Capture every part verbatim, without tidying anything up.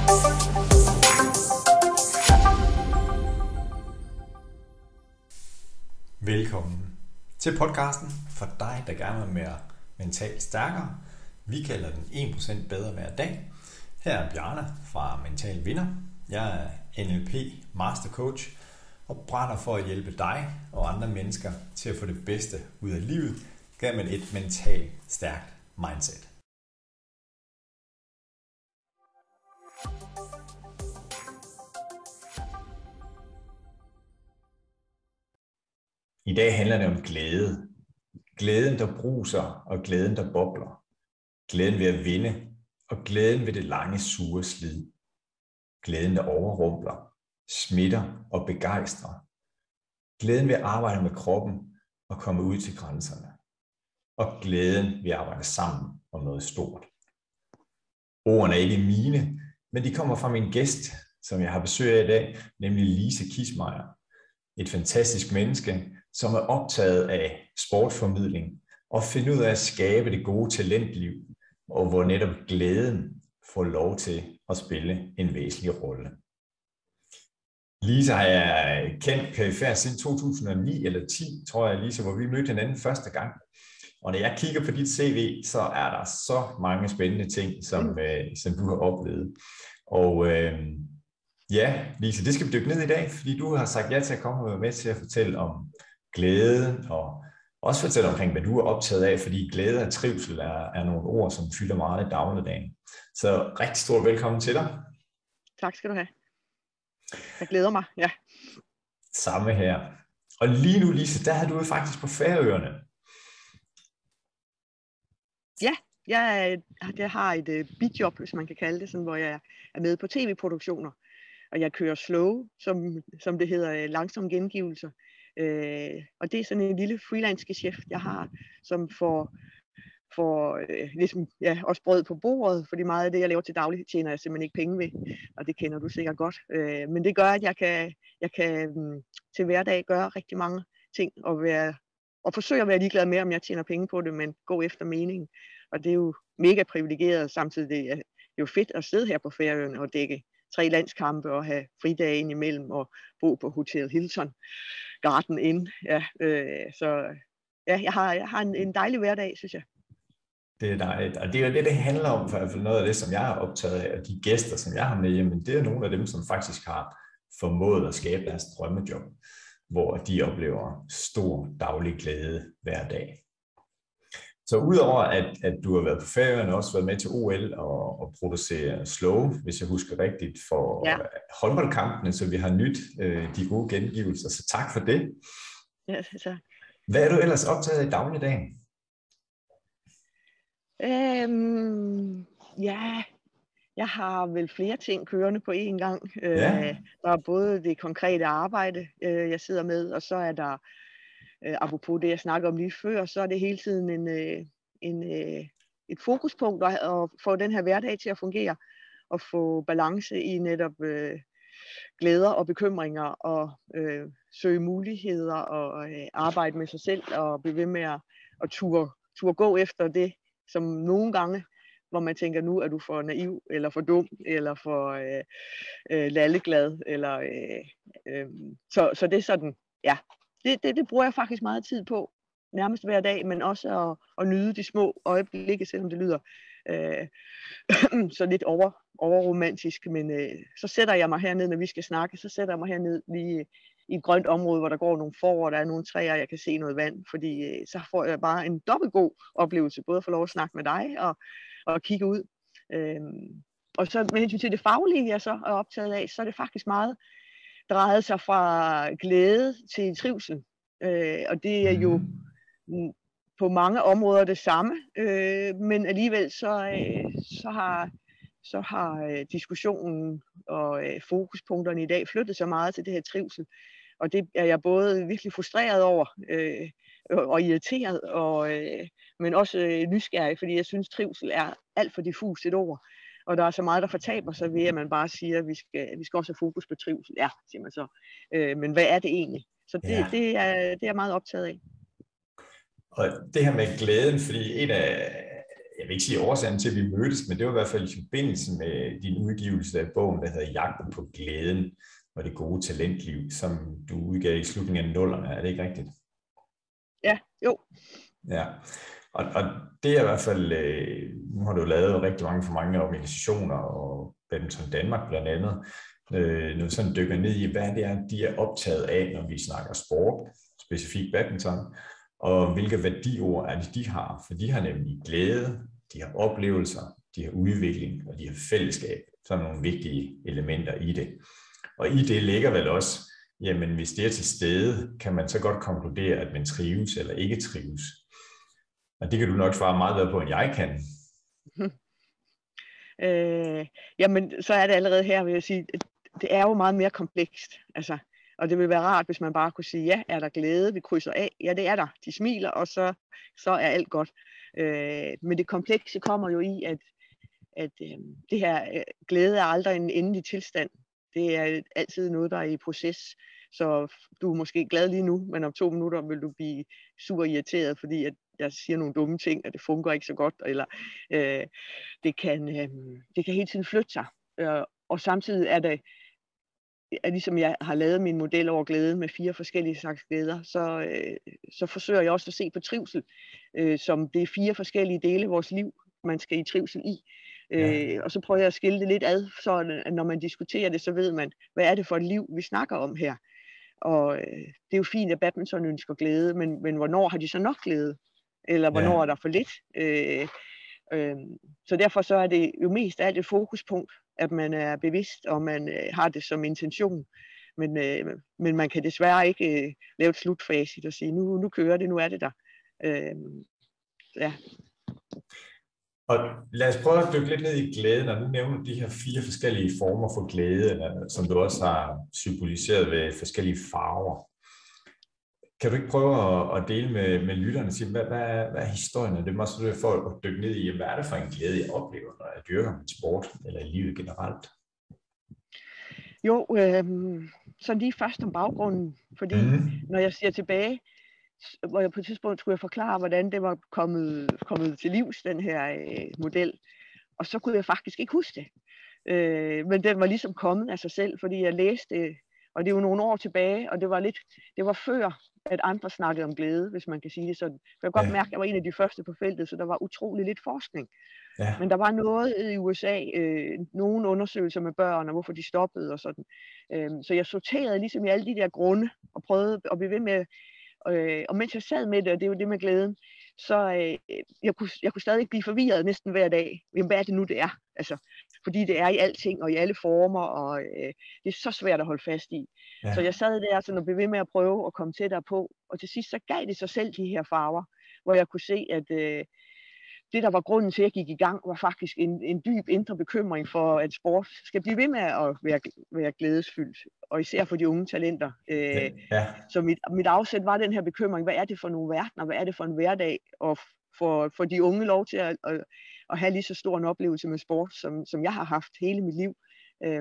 Velkommen til podcasten for dig, der gerne vil være mentalt stærkere. Vi kalder den en procent bedre hver dag. Her er Bjarne fra Mental Vinder. Jeg er N L P Master Coach og brænder for at hjælpe dig og andre mennesker til at få det bedste ud af livet gennem et mentalt stærkt mindset. I dag handler det om glæde. Glæden, der bruser, og glæden, der bobler. Glæden ved at vinde, og glæden ved det lange, sure slid. Glæden, der overrumpler, smitter og begejstrer. Glæden ved at arbejde med kroppen og komme ud til grænserne. Og glæden ved at arbejde sammen om noget stort. Ordene er ikke mine, men de kommer fra min gæst, som jeg har besøg af i dag, nemlig Lise Kissmeyer. Et fantastisk menneske, som er optaget af sportsformidling og finder ud af at skabe det gode talentliv, og hvor netop glæden får lov til at spille en væsentlig rolle. Lise har jeg kendt perifært siden to tusind og ni eller ti, tror jeg, Lise, hvor vi mødte hinanden første gang. Og når jeg kigger på dit C V, så er der så mange spændende ting, som, øh, som du har oplevet. Og øh, ja, Lise, det skal vi dykke ned i dag, fordi du har sagt ja til at komme og være med til at fortælle om glæde, og også fortælle omkring, hvad du er optaget af, fordi glæde og trivsel er, er nogle ord, som fylder meget i dagligdagen. Så rigtig stort velkommen til dig. Tak skal du have. Jeg glæder mig, ja. Samme her. Og lige nu, Lise, der er du faktisk på Færøerne. Ja, jeg, jeg har et uh, bidjob, hvis man kan kalde det, sådan, hvor jeg er med på tv-produktioner. Og jeg kører slow, som, som det hedder, langsomme gengivelser. Øh, og det er sådan en lille freelance-geschæft, jeg har, som får, får øh, ligesom, ja, også brød på bordet, fordi meget af det, jeg laver til daglig, tjener jeg simpelthen ikke penge ved, og det kender du sikkert godt. Øh, men det gør, at jeg kan, jeg kan um, til hverdag gøre rigtig mange ting, og, være, og forsøge at være ligeglad med, om jeg tjener penge på det, men gå efter meningen. Og det er jo mega privilegeret, samtidig det er jo fedt at sidde her på Færøerne og dække tre landskampe og have fridage ind imellem og bo på Hotel Hilton Garden Inn. Ja, øh, så ja, jeg har, jeg har en, en dejlig hverdag, synes jeg. Det er dejligt, og det er jo det, det handler om, for i hvert fald noget af det, som jeg har optaget af, og de gæster, som jeg har med hjemme, det er nogle af dem, som faktisk har formået at skabe deres drømmejob, hvor de oplever stor daglig glæde hver dag. Så udover at, at du har været på Færøerne og også været med til O L og, og producere slow, hvis jeg husker rigtigt, for ja. håndboldkampene, så vi har nyt øh, de gode gengivelser, så tak for det. Ja, tak. Hvad er du ellers optaget af i dagligdagen? Øhm, ja, jeg har vel flere ting kørende på én gang. Ja. Øh, der er både det konkrete arbejde, øh, jeg sidder med, og så er der Uh, apropos det, jeg snakker om lige før, så er det hele tiden en, uh, en, uh, et fokuspunkt at, at få den her hverdag til at fungere, og få balance i netop uh, glæder og bekymringer, og uh, søge muligheder, og uh, arbejde med sig selv, og blive ved med at, at ture, ture gå efter det, som nogle gange, hvor man tænker, nu er du for naiv, eller for dum, eller for uh, uh, lalleglad, eller, uh, uh, så, så det er sådan, ja. Det, det, det bruger jeg faktisk meget tid på, nærmest hver dag, men også at, at nyde de små øjeblikke, selvom det lyder øh, så lidt over, overromantisk. Men øh, så sætter jeg mig herned, når vi skal snakke, så sætter jeg mig herned lige i et grønt område, hvor der går nogle får, og der er nogle træer, og jeg kan se noget vand, fordi øh, så får jeg bare en dobbelt god oplevelse, både at få lov at snakke med dig og, og kigge ud. Øh, og så med hensyn til det faglige, jeg så er optaget af, så er det faktisk meget drejet sig fra glæde til trivsel. Øh, og det er jo på mange områder det samme, øh, men alligevel så, øh, så har, så har øh, diskussionen og øh, fokuspunkterne i dag flyttet så meget til det her trivsel. Og det er jeg både virkelig frustreret over øh, og irriteret, og, øh, men også øh, nysgerrig, fordi jeg synes, trivsel er alt for diffust et ord. Og der er så meget, der fortaber sig ved, at man bare siger, at vi skal, vi skal også have fokus på trivsel. Ja, siger man så. Øh, men hvad er det egentlig? Så det, ja. det, er, det er jeg meget optaget af. Og det her med glæden, fordi en af, jeg vil ikke sige årsagen til, at vi mødtes, men det var i hvert fald i forbindelse med din udgivelse af bogen, der hedder Jagten på glæden og det gode talentliv, som du udgav i slutningen af nullerne. Er det ikke rigtigt? Ja, jo. Ja, og, og det er i hvert fald, øh, nu har du lavet rigtig mange for mange organisationer, og Badminton Danmark blandt andet, øh, nu sådan dykker ned i, hvad det er, de er optaget af, når vi snakker sport, specifikt badminton, og hvilke værdiord er det, de har. For de har nemlig glæde, de har oplevelser, de har udvikling, og de har fællesskab, som nogle vigtige elementer i det. Og i det ligger vel også, jamen hvis det er til stede, kan man så godt konkludere, at man trives eller ikke trives. Og det kan du nok svare meget bedre på, end jeg kan. Øh, jamen, så er det allerede her, vil jeg sige, det er jo meget mere komplekst. Altså, og det ville være rart, hvis man bare kunne sige, ja, er der glæde, vi krydser af? Ja, det er der. De smiler, og så, så er alt godt. Øh, men det komplekse kommer jo i, at, at øh, det her øh, glæde er aldrig en endelig tilstand. Det er altid noget, der er i proces. Så du er måske glad lige nu, men om to minutter vil du blive super irriteret, fordi at jeg siger nogle dumme ting, og det fungerer ikke så godt. Eller øh, det, kan, øh, det kan hele tiden flytte sig. Øh, og samtidig er det, at ligesom jeg har lavet min model over glæde med fire forskellige slags glæder, så, øh, så forsøger jeg også at se på trivsel, øh, som det er fire forskellige dele af vores liv, man skal i trivsel i. Ja. Øh, og så prøver jeg at skille det lidt ad, så at når man diskuterer det, så ved man, hvad er det for et liv, vi snakker om her. Og øh, det er jo fint, at badminton ønsker glæde, men, men hvornår har de så nok glæde? Eller hvornår ja. er der for lidt? Øh, øh, så derfor så er det jo mest af alt et fokuspunkt, at man er bevidst, og man øh, har det som intention. Men, øh, men man kan desværre ikke øh, lave et slutfacit og sige, nu, nu kører det, nu er det der. Øh, ja. Og lad os prøve at dykke lidt ned i glæden, og nu nævner de her fire forskellige former for glæde, eller, som du også har symboliseret ved forskellige farver. Kan du ikke prøve at, at dele med, med lytterne og sige, hvad, hvad, er, hvad er historien af det? Måske du for at dykke ned i, hvad er det for en glæde, jeg oplever, når jeg dyrker mit sport, eller i livet generelt? Jo, øh, så lige først om baggrunden, fordi mm. når jeg ser tilbage, hvor jeg på et tidspunkt skulle jeg forklare, hvordan det var kommet, kommet til livs, den her øh, model. Og så kunne jeg faktisk ikke huske det. Øh, men den var ligesom kommet af sig selv, fordi jeg læste, og det er jo nogle år tilbage, og det var lidt, det var før, at andre snakkede om glæde, hvis man kan sige det sådan. For jeg kan godt ja. mærke, at jeg var en af de første på feltet, så der var utrolig lidt forskning. Ja. Men der var noget i U S A, øh, nogle undersøgelser med børn, og hvorfor de stoppede og sådan. Øh, så jeg sorterede ligesom i alle de der grunde, og prøvede at blive ved med. Øh, og mens jeg sad med det, og det er jo det med glæden, så øh, jeg, kunne, jeg kunne stadig blive forvirret næsten hver dag. Jamen, hvad er det nu, det er? Altså, fordi det er i alting og i alle former, og øh, det er så svært at holde fast i. Ja. Så jeg sad der sådan, og blev ved med at prøve at komme tættere på, og til sidst så gav det sig selv de her farver, hvor jeg kunne se, at øh, det, der var grunden til, at jeg gik i gang, var faktisk en, en dyb indre bekymring for, at sport skal blive ved med at være, være glædesfyldt, og især for de unge talenter. Øh, ja. Så mit, mit afsæt var den her bekymring, hvad er det for nogle verdener, hvad er det for en hverdag, og for, for de unge lov til at, at, at have lige så stor en oplevelse med sport, som, som jeg har haft hele mit liv. Øh,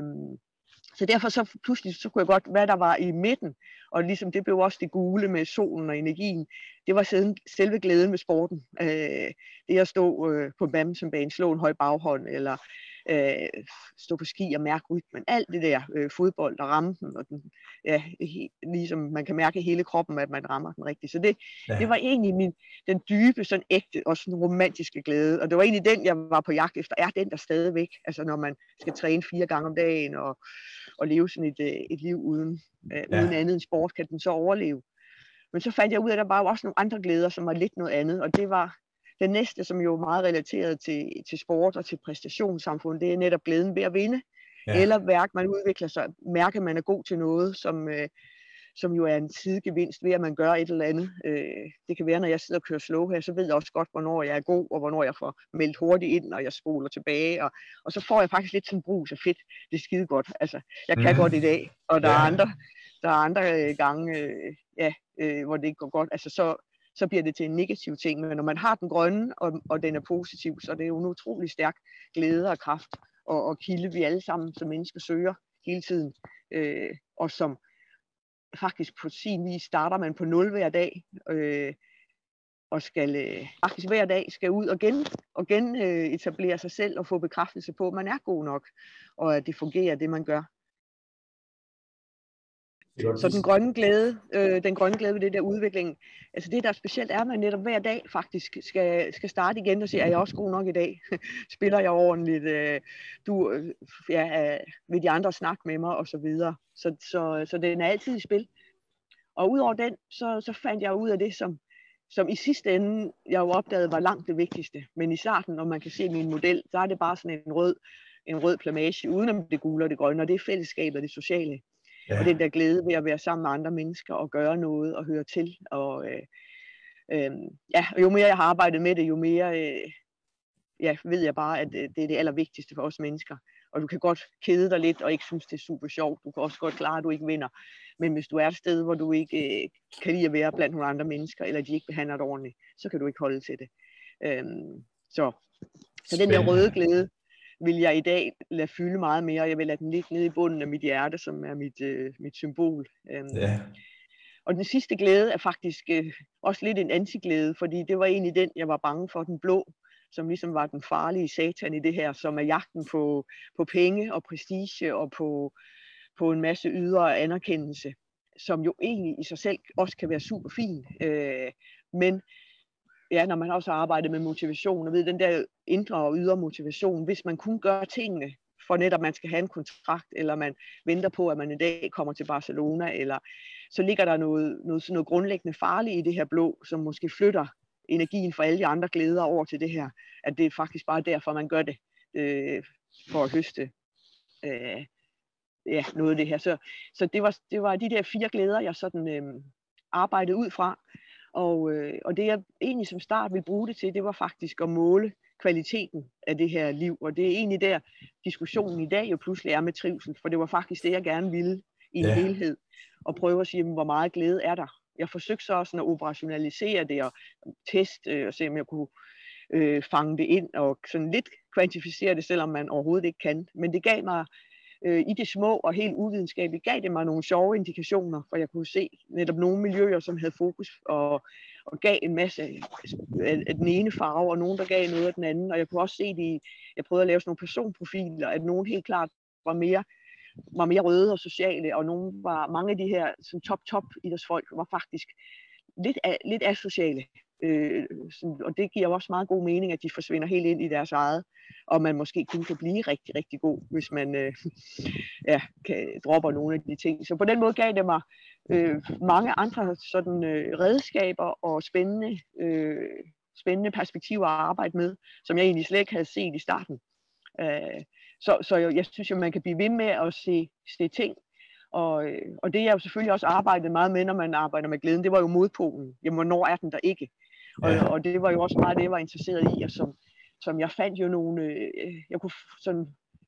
Så derfor så pludselig så kunne jeg godt, hvad der var i midten, og ligesom det blev også det gule med solen og energien, det var siden, selve glæden med sporten. Øh, det at stå øh, på badmintonbanen, slå en høj baghånd, eller øh, stå på ski og mærke rytmen, alt det der øh, fodbold og ramme den, og den, ja, he, ligesom man kan mærke hele kroppen, at man rammer den rigtigt. Så det, ja. det var egentlig min, den dybe, sådan ægte og sådan romantiske glæde, og det var egentlig den, jeg var på jagt efter, er den der stadigvæk, altså når man skal træne fire gange om dagen, og og leve sådan et, et liv uden, øh, ja. uden andet end sport, kan den så overleve. Men så fandt jeg ud af, at der var jo også nogle andre glæder, som var lidt noget andet, og det var den næste, som jo er meget relateret til, til sport og til præstationssamfund, det er netop glæden ved at vinde, ja. eller mærke, man udvikler sig, mærke, at man er god til noget, som, øh, som jo er en sidegevinst ved, at man gør et eller andet. Øh, det kan være, når jeg sidder og kører slow her, så ved jeg også godt, hvornår jeg er god, og hvornår jeg får meldt hurtigt ind, og jeg spoler tilbage, og, og så får jeg faktisk lidt sådan brug, så fedt, det er skide godt. Altså, jeg kan mm. godt i dag, og der yeah. er andre, der er andre gange, øh, ja, øh, hvor det ikke går godt. Altså, så, så bliver det til en negativ ting, men når man har den grønne, og, og den er positiv, så er det jo en utrolig stærk glæde og kraft, og, og kilde, vi alle sammen som mennesker søger hele tiden, øh, og som faktisk på sin vis starter man på nul hver dag, øh, og skal øh, faktisk hver dag skal ud og gen, og gen øh, etablere sig selv og få bekræftelse på, at man er god nok, og at det fungerer, det man gør. Så den grønne glæde, øh, den grønne glæde ved det der udvikling, altså det der specielt er, at man netop hver dag faktisk skal, skal starte igen og sige, er jeg også god nok i dag? Spiller jeg ordentligt? Øh, du, ja, vil de andre snakke med mig? Og så videre. Så, så, så den er altid i spil. Og udover den, så, så fandt jeg ud af det, som, som i sidste ende, jeg jo opdagede, var langt det vigtigste. Men i starten, når man kan se min model, så er det bare sådan en rød, en rød plamage, udenom det gule og det grønne, og det er fællesskabet og det sociale. Ja. Og den der glæde ved at være sammen med andre mennesker og gøre noget og høre til. Og øh, øh, ja, jo mere jeg har arbejdet med det, jo mere øh, ja, ved jeg bare, at det er det allervigtigste for os mennesker. Og du kan godt kede dig lidt og ikke synes, det er super sjovt. Du kan også godt klare, at du ikke vinder. Men hvis du er et sted, hvor du ikke øh, kan lide at være blandt nogle andre mennesker, eller de ikke behandler dig ordentligt, så kan du ikke holde til det. Øh, så, så den der røde glæde vil jeg i dag lade fylde meget mere, og jeg vil lade den ligge nede i bunden af mit hjerte, som er mit, øh, mit symbol. Øhm, yeah. Og den sidste glæde er faktisk øh, også lidt en antiglæde, fordi det var egentlig den, jeg var bange for, den blå, som ligesom var den farlige satan i det her, som er jagten på, på penge og prestige og på, på en masse ydre anerkendelse, som jo egentlig i sig selv også kan være super fin, øh, men ja, når man også har arbejdet med motivation, og ved den der indre og ydre motivation, hvis man kun gør tingene, for netop man skal have en kontrakt, eller man venter på, at man en dag kommer til Barcelona, eller så ligger der noget, noget, sådan noget grundlæggende farligt i det her blå, som måske flytter energien fra alle de andre glæder over til det her, at det er faktisk bare derfor, man gør det, øh, for at høste øh, ja, noget af det her. Så, så det, var, det var de der fire glæder, jeg sådan øh, arbejdede ud fra. Og, øh, og det jeg egentlig som start ville bruge det til, det var faktisk at måle kvaliteten af det her liv. Og det er egentlig der, diskussionen i dag jo pludselig er med trivsel, for det var faktisk det, jeg gerne ville i en yeah. helhed. Og prøve at sige, hvor meget glæde er der. Jeg forsøgte så også at operationalisere det og teste øh, og se, om jeg kunne øh, fange det ind og sådan lidt kvantificere det, selvom man overhovedet ikke kan. Men det gav mig øh, i det små og helt uvidenskabeligt, gav det mig nogle sjove indikationer, for jeg kunne se netop nogle miljøer, som havde fokus og, og gav en masse af, af den ene farve, og nogen, der gav noget af den anden. Og jeg kunne også se det i, jeg prøvede at lave sådan nogle personprofiler, at nogen helt klart var mere var mere røde og sociale, og nogle var, mange af de her sådan top-top idrætsfolk var faktisk lidt, a, lidt asociale. Øh, sådan, og det giver også meget god mening, at de forsvinder helt ind i deres eget, og man måske kun kan blive rigtig, rigtig god, hvis man øh, ja, kan, dropper nogle af de ting. Så på den måde gav det mig øh, mange andre sådan, øh, redskaber og spændende, øh, spændende perspektiver at arbejde med, som jeg egentlig slet ikke havde set i starten. Øh, Så, så jeg, jeg synes jo, man kan blive ved med at se, se ting. Og, og det jeg jo selvfølgelig også arbejdet meget med, når man arbejder med glæden, det var jo modpolen. Jamen, hvornår er den der ikke? Og, ja. og det var jo også meget det, jeg var interesseret i, og som, som jeg fandt jo nogle, øh, jeg kunne sådan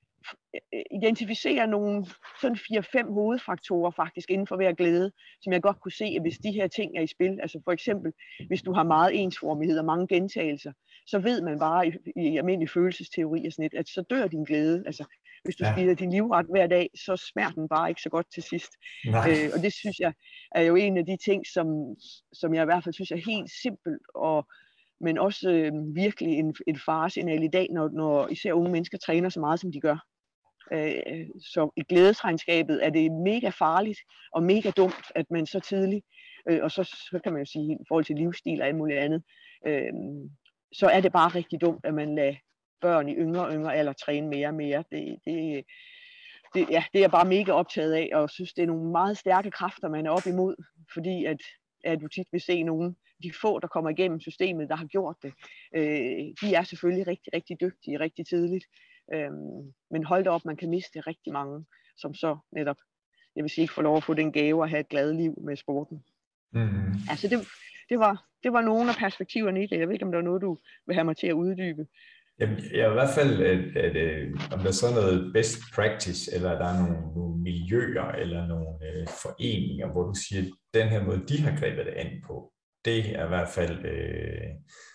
identificere nogle sådan fire-fem hovedfaktorer faktisk inden for hver glæde, som jeg godt kunne se, at hvis de her ting er i spil, altså for eksempel, hvis du har meget ensformighed og mange gentagelser, så ved man bare i, i almindelig følelsesteori og sådan et, at så dør din glæde. Altså, hvis du ja. spiser din livret hver dag, så smager den bare ikke så godt til sidst. Øh, og det synes jeg er jo en af de ting, som, som jeg i hvert fald synes er helt simpelt, og, men også øh, virkelig en, en faresignal i dag, når, når især unge mennesker træner så meget, som de gør. Øh, så i glædesregnskabet er det mega farligt og mega dumt, at man så tidligt, øh, og så, så kan man jo sige i forhold til livsstil og alt muligt andet, øh, så er det bare rigtig dumt, at man lader børn i yngre og yngre alder træne mere og mere. Det, det, det, ja, det er jeg bare mega optaget af, og synes, det er nogle meget stærke kræfter, man er op imod, fordi at, at du tit vil se nogen, de få, der kommer igennem systemet, der har gjort det, øh, de er selvfølgelig rigtig, rigtig dygtige, rigtig tidligt. Øhm, men hold da op, man kan miste rigtig mange, som så netop, jeg vil sige, ikke får lov at få den gave at have et glad liv med sporten. Mm. Altså det, det, var, det var nogle af perspektiverne i det. Jeg ved ikke, om der er noget, du vil have mig til at uddybe. Jamen, jeg i hvert fald, at, at, at, om der er så noget best practice, eller der er nogle, nogle miljøer, eller nogle øh, foreninger, hvor du siger, at den her måde, de har grebet det an på, det er i hvert fald øh,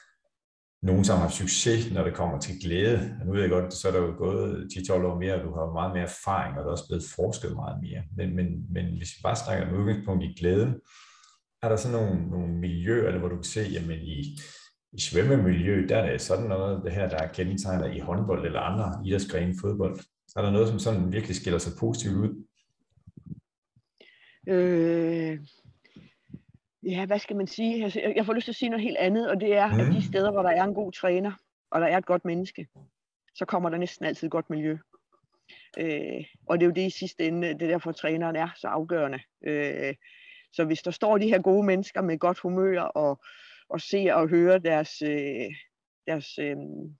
nogen, som har succes, når det kommer til glæde. Og nu ved jeg godt, så er der jo gået ti til tolv år mere, og du har meget mere erfaring, og der er også blevet forsket meget mere. Men, men, men hvis vi bare snakker om udgangspunkt i glæde, er der sådan nogle, nogle miljøer, eller hvor du kan se, jamen i, i svømmemiljøet, der er det sådan noget, det her, der er kendetegnet i håndbold eller andre idrætsgrene, fodbold. Er der noget, som sådan virkelig skiller sig positivt ud? Øh, ja, hvad skal man sige? Altså, jeg får lyst til at sige noget helt andet, og det er, mm. at de steder, hvor der er en god træner, og der er et godt menneske, så kommer der næsten altid et godt miljø. Øh, og det er jo det i sidste ende, det er derfor træneren er så afgørende. Øh, så hvis der står de her gode mennesker med godt humør, og, og ser og hører deres, øh, deres øh,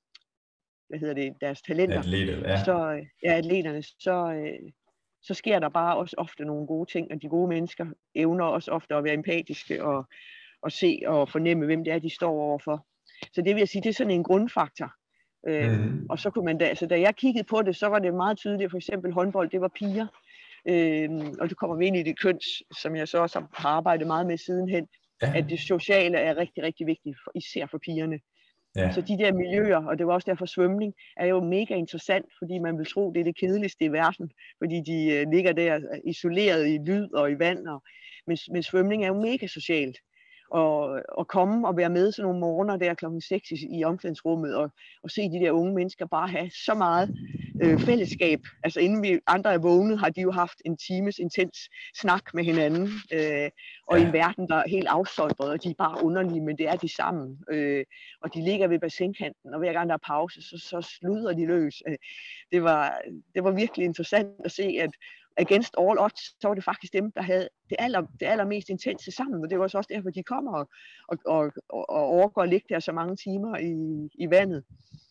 hvad hedder det, deres talenter, Atleter, ja. så, ja, atleterne, så, øh, så sker der bare også ofte nogle gode ting, og de gode mennesker evner også ofte at være empatiske, og, og se og fornemme, hvem det er, de står overfor. Så det vil jeg sige, det er sådan en grundfaktor. Øhm, mm. Og så kunne man da, altså da jeg kiggede på det, så var det meget tydeligt, for eksempel håndbold, det var piger, øhm, og det kommer vi ind i det køns, som jeg så også har arbejdet meget med sidenhen, ja. At det sociale er rigtig, rigtig vigtigt, for, især for pigerne. Ja. Så de der miljøer, og det var også derfor svømning, er jo mega interessant, fordi man vil tro, det er det kedeligste i verden, fordi de øh, ligger der isoleret i lyd og i vand, og, men, men svømning er jo mega socialt. Og, og komme og være med sådan nogle morgener der klokken seks i, i omklædningsrummet, og, og se de der unge mennesker bare have så meget øh, fællesskab. Altså inden vi andre er vågnet, har de jo haft en times intens snak med hinanden, øh, og ja. I en verden, der er helt afsolbret, og de er bare underlige, men det er de sammen. Øh, og de ligger ved bassinkanten, og hver gang der er pause, så, så sluder de løs. Øh, det, var, det var virkelig interessant at se, at against all odds, så var det faktisk dem, der havde det, aller, det allermest intense sammen, og det var også derfor, de kommer og, og, og, og overgår at ligge der så mange timer i, i vandet.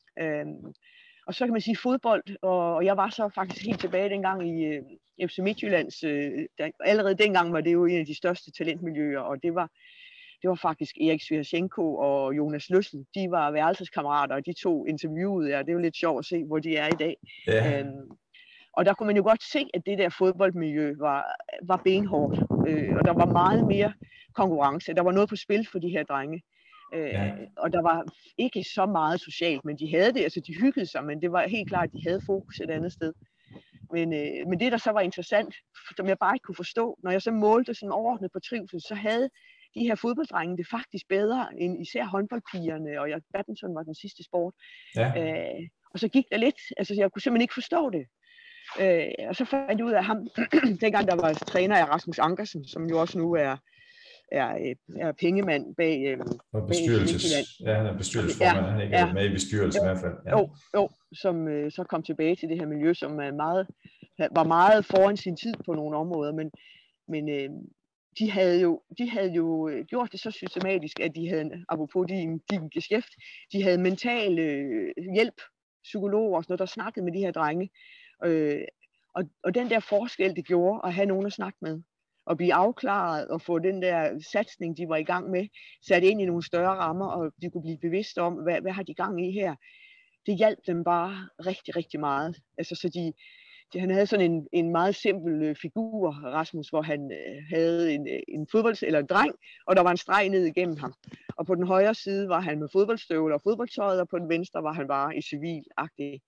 Øhm, og så kan man sige fodbold, og, og jeg var så faktisk helt tilbage dengang i øh, F C Midtjyllands, øh, der, allerede dengang var det jo en af de største talentmiljøer, og det var, det var faktisk Erik Svirchenko og Jonas Løssel, de var værelseskammerater, og de to interviewede jeg, det er jo lidt sjovt at se, hvor de er i dag. Yeah. Øhm, Og der kunne man jo godt se, at det der fodboldmiljø var, var benhårdt, øh, og der var meget mere konkurrence. Der var noget på spil for de her drenge. Øh, ja. Og der var ikke så meget socialt, men de havde det, altså de hyggede sig, men det var helt klart, at de havde fokus et andet sted. Men, øh, men det, der så var interessant, som jeg bare ikke kunne forstå, når jeg så målte sådan overordnet på trivsel, så havde de her fodbolddrenge det faktisk bedre end især håndboldpigerne, og jeg, badminton var den sidste sport. Ja. Øh, og så gik der lidt, altså jeg kunne simpelthen ikke forstå det. Øh, og så fandt jeg ud af ham, dengang der var træner af Rasmus Ankersen, som jo også nu er, er, er pengemand bag, øh, og bestyrelses, ja, han er bestyrelsesformand, ja, han er ikke ja, med i bestyrelsen jo, i hvert fald. Ja. Jo, jo, som øh, så kom tilbage til det her miljø, som er meget, var meget foran sin tid på nogle områder, men, men øh, de havde jo, de havde jo gjort det så systematisk, at de havde, apropos din, din geschæft, de havde mental øh, hjælp, psykologer og sådan noget, der snakkede med de her drenge. Øh, og, og den der forskel, det gjorde at have nogen at snakke med, og blive afklaret og få den der satsning, de var i gang med, sat ind i nogle større rammer, og de kunne blive bevidste om, hvad, hvad har de gang i her. Det hjalp dem bare rigtig, rigtig meget. Altså, så de, de, han havde sådan en, en meget simpel figur, Rasmus, hvor han øh, havde en, en fodbold, eller en dreng, og der var en streg ned igennem ham. Og på den højre side var han med fodboldstøvler og fodboldtøjet, og på den venstre var han bare i civil-agtig.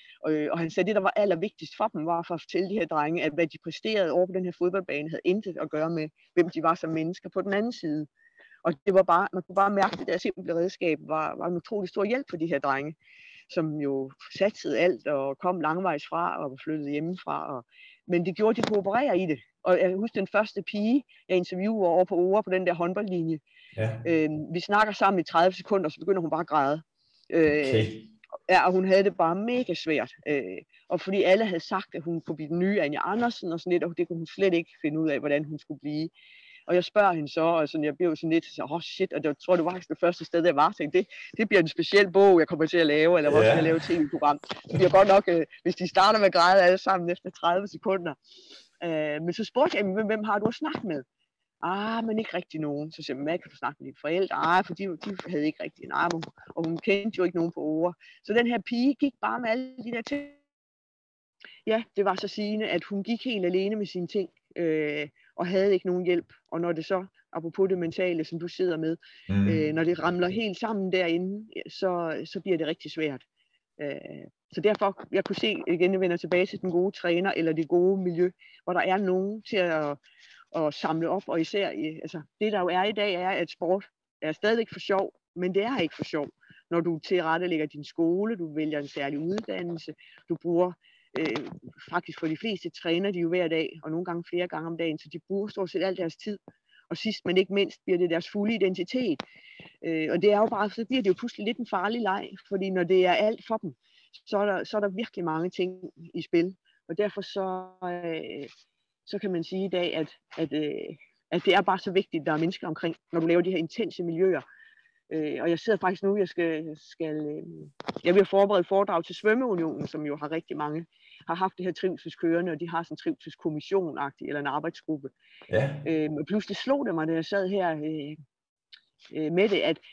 Og han sagde, at det, der var allervigtigst for dem, var for at fortælle de her drenge, at hvad de præsterede over på den her fodboldbane, havde intet at gøre med, hvem de var som mennesker på den anden side. Og det var bare, man kunne bare mærke, at det der simple redskab var, var en utrolig stor hjælp for de her drenge, som jo satsede alt og kom langvejs fra og var flyttet hjemmefra. Og, men det gjorde, at de kunne operere i det. Og jeg husker den første pige, jeg interviewede over på Ore på den der håndboldlinje. Ja. Øh, vi snakker sammen i tredive sekunder, så begynder hun bare at græde. Okay. Øh, Ja, og hun havde det bare mega svært. Øh, og fordi alle havde sagt, at hun kunne blive den nye Anja Andersen og sådan lidt, og det kunne hun slet ikke finde ud af, hvordan hun skulle blive. Og jeg spørger hende så, og sådan, jeg blev sådan lidt, så åh oh shit, og jeg tror, det var faktisk det første sted, jeg var. Jeg tænkte, det, det bliver en speciel bog, jeg kommer til at lave, eller hvor yeah. jeg lave et tv-program. Det bliver godt nok, øh, hvis de starter med at græde alle sammen efter tredive sekunder. Øh, men så spurgte jeg, hvem, hvem har du at snakke med? Ah, men ikke rigtig nogen. Så siger man, kan du snakke med dine forældre? Ah, for de, de havde ikke rigtig en arm, og hun kendte jo ikke nogen på Ore. Så den her pige gik bare med alle de der ting. Ja, det var så sigende, at hun gik helt alene med sine ting, øh, og havde ikke nogen hjælp. Og når det så, apropos det mentale, som du sidder med, mm. øh, når det ramler helt sammen derinde, så, så bliver det rigtig svært. Øh, så derfor, jeg kunne se, igen, jeg vender tilbage til den gode træner, eller det gode miljø, hvor der er nogen til at at samle op, og især altså, det der jo er i dag er, at sport er stadigvæk for sjov, men det er ikke for sjov. Når du tilrettelægger din skole, du vælger en særlig uddannelse, du bruger øh, faktisk for de fleste træner de jo hver dag, og nogle gange flere gange om dagen, så de bruger stort set al deres tid. Og sidst, men ikke mindst, bliver det deres fulde identitet. Øh, og det er jo bare, så bliver det jo pludselig lidt en farlig leg, fordi når det er alt for dem, så er der, så er der virkelig mange ting i spil. Og derfor så, øh, så kan man sige i dag, at, at, øh, at det er bare så vigtigt, at der er mennesker omkring, når du laver de her intense miljøer. Øh, og jeg sidder faktisk nu, jeg skal, skal øh, jeg vil forberede foredrag til Svømmeunionen, som jo har rigtig mange, har haft det her trivselskørende, og de har sådan en trivselskommission-agtig, eller en arbejdsgruppe. Ja. Øh, og pludselig slog det mig, da jeg sad her øh, øh, med det, at,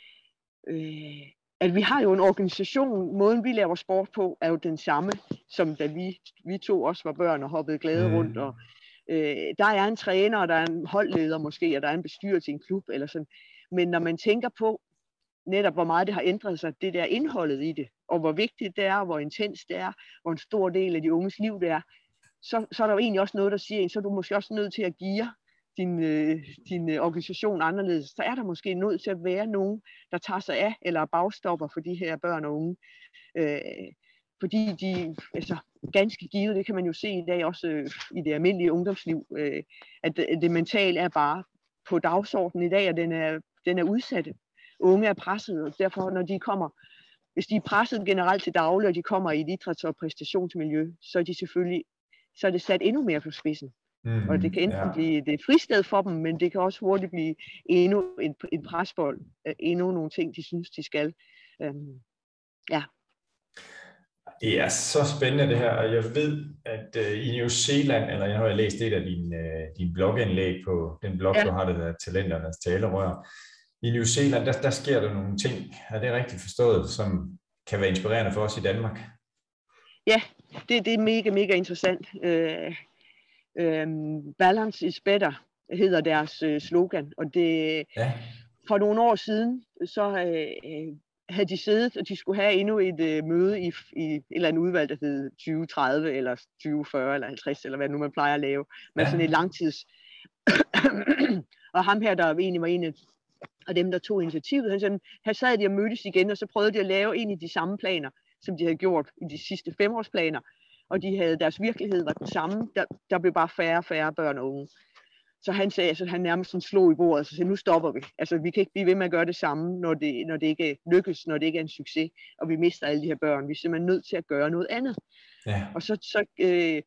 øh, at vi har jo en organisation, måden vi laver sport på, er jo den samme, som da vi, vi to også var børn og hoppede glade mm. rundt. Og, øh, der er en træner, og der er en holdleder måske, og der er en bestyrelse i en klub, eller sådan. Men når man tænker på, netop hvor meget det har ændret sig, det der indholdet i det, og hvor vigtigt det er, og hvor intens det er, hvor en stor del af de unges liv det er, så, så er der jo egentlig også noget, der siger, så er du måske også nødt til at geare din, øh, din organisation anderledes. Så er der måske nødt til at være nogen, der tager sig af, eller bagstopper for de her børn og unge. Øh, fordi de, altså ganske givet, det kan man jo se i dag også øh, i det almindelige ungdomsliv, øh, at det, det mentale er bare på dagsordenen i dag, og den er, den er udsat. Unge er presset, og derfor når de kommer, hvis de er presset generelt til daglig, og de kommer i et idræts- og præstationsmiljø, så er de selvfølgelig, så er det sat endnu mere på spidsen. Mm, og det kan enten ja. blive det fristed for dem, men det kan også hurtigt blive endnu en, en presbold, endnu nogle ting, de synes, de skal. Øhm, ja. Det er så spændende det her, og jeg ved, at uh, i New Zealand, eller jeg har læst et af dine, uh, din blogindlæg på den blog, ja. du har, det der Talenternes Talerør. I New Zealand, der, der sker der nogle ting, er det rigtigt forstået, som kan være inspirerende for os i Danmark? Ja, det, det er mega, mega interessant. Uh, um, Balance is better hedder deres uh, slogan, og det ja. for nogle år siden, så uh, havde de siddet, og de skulle have endnu et uh, møde i, i et eller andet udvalg, der hed tyve tredive, eller tyve fyrre, eller halvtreds, eller hvad nu man plejer at lave, med ja. sådan et langtids. Og ham her, der egentlig var en af og dem, der tog initiativet, han sådan, her sad de og mødtes igen, og så prøvede de at lave en af de samme planer, som de havde gjort i de sidste femårsplaner, og de havde, deres virkelighed var den samme, der, der blev bare færre og færre børn og unge. Så han sagde, altså han nærmest sådan slog i bordet, og så sagde, nu stopper vi. Altså vi kan ikke blive ved med at gøre det samme, når det, når det ikke lykkes, når det ikke er en succes, og vi mister alle de her børn. Vi er simpelthen nødt til at gøre noget andet. Ja. Og så, så, øh,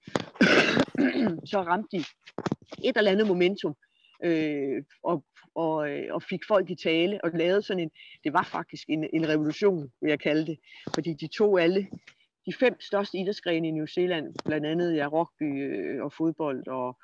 så ramte de et eller andet momentum, øh, og, og, og fik folk i tale, og lavede sådan en, det var faktisk en, en revolution, vil jeg kalde det, fordi de tog alle, de fem største idrætsgrene i New Zealand, blandt andet ja, rugby øh, og fodbold og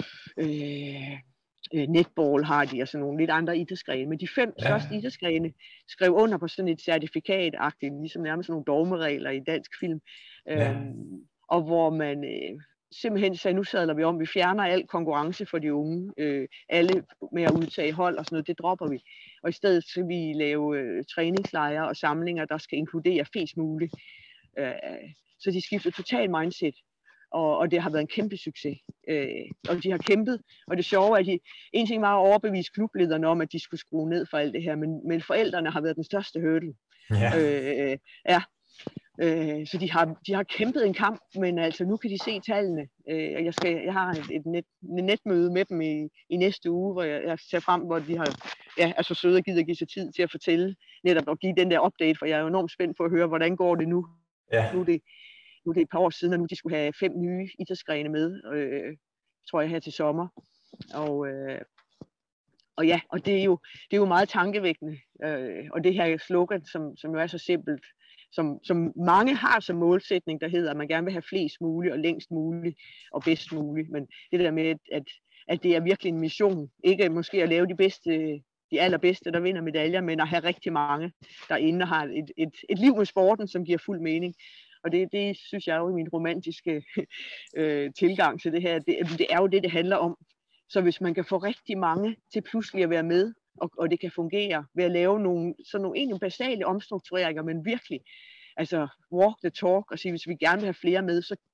øh, netball har de, og sådan nogle lidt andre idrætsgrene, men de fem ja. største idrætsgrene skrev under på sådan et certifikat-agtigt, ligesom nærmest sådan nogle dogmeregler i dansk film, ja. øhm, og hvor man øh, simpelthen sagde, nu sadler vi om, vi fjerner al konkurrence for de unge, øh, alle med at udtage hold og sådan noget, det dropper vi. Og i stedet skal vi lave øh, træningslejre og samlinger, der skal inkludere flest muligt. Øh, så de skiftede total mindset, og, og det har været en kæmpe succes. Øh, og de har kæmpet, og det sjove er, at de, en ting var at overbevise klublederne om, at de skulle skrue ned for alt det her, men, men forældrene har været den største hurdle. Ja. Øh, ja. Øh, så de har, de har kæmpet en kamp, men altså nu kan de se tallene. Øh, jeg, skal, jeg har et, et, net, et netmøde med dem i, i næste uge, hvor jeg, jeg ser frem, hvor de har, ja, er så søde og gider at give sig tid til at fortælle, netop at give den der update, for jeg er enormt spændt på at høre, hvordan går det nu. Ja. Nu, er det, nu er det et par år siden, og nu de skulle have fem nye idrætsgrene med, øh, tror jeg her til sommer. Og, øh, og ja, og det er jo, det er jo meget tankevækkende. Øh, og det her slogan, som, som jo er så simpelt, Som, som mange har som målsætning, der hedder, at man gerne vil have flest muligt, og længst muligt, og bedst muligt. Men det der med, at, at det er virkelig en mission. Ikke måske at lave de bedste, de allerbedste, der vinder medaljer, men at have rigtig mange derinde, og har et, et, et liv med sporten, som giver fuld mening. Og det, det synes jeg jo i min romantiske øh, tilgang til det her. Det, det er jo det, det handler om. Så hvis man kan få rigtig mange til pludselig at være med, Og, og det kan fungere ved at lave nogle, sådan nogle egentlig basale omstruktureringer, men virkelig, altså walk the talk, og sige, hvis vi gerne vil have flere med, så,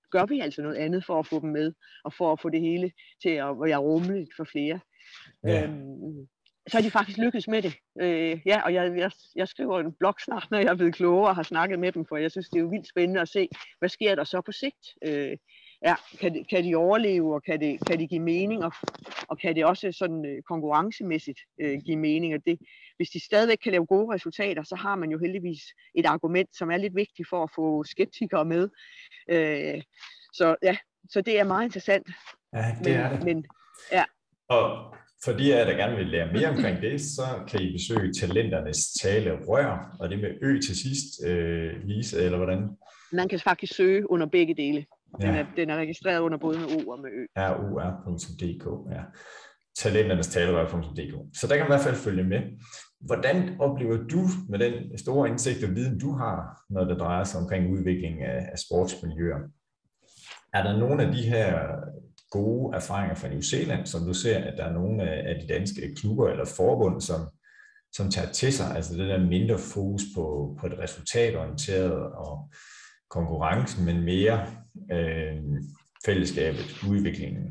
gør vi altså noget andet for at få dem med, og for at få det hele til at være rummeligt for flere. Ja. Øhm, så har de faktisk lykkedes med det. Øh, ja, og jeg, jeg, jeg skriver en blog snart, når jeg er blevet klogere og har snakket med dem, for jeg synes, det er jo vildt spændende at se, hvad sker der så på sigt. Øh, ja, kan, de, kan de overleve, og kan det, kan de give mening, og, og kan det også sådan øh, konkurrencemæssigt øh, give mening. Og det, hvis de stadigvæk kan lave gode resultater, så har man jo heldigvis et argument, som er lidt vigtigt for at få skeptikere med. Øh, så ja, så det er meget interessant. Ja, det er det. Men, men, ja. Og for de af jer, der gerne vil lære mere omkring det, så kan I besøge Talenternes Talerør, og det med ø til sidst, øh, Lise, eller hvordan? Man kan faktisk søge under begge dele. Den, ja. er, den er registreret under både med O og med ø. R O R punktum d k, ja. Talenternes Talerør punktum d k. Så der kan man i hvert fald følge med. Hvordan oplever du med den store indsigt og viden, du har, når det drejer sig omkring udvikling af, af sportsmiljøer? Er der nogle af de her gode erfaringer fra New Zealand, som du ser, at der er nogle af de danske klubber eller forbund, som, som tager til sig, altså det der mindre fokus på, på det resultatorienterede og konkurrencen, men mere øh, fællesskabet, udviklingen?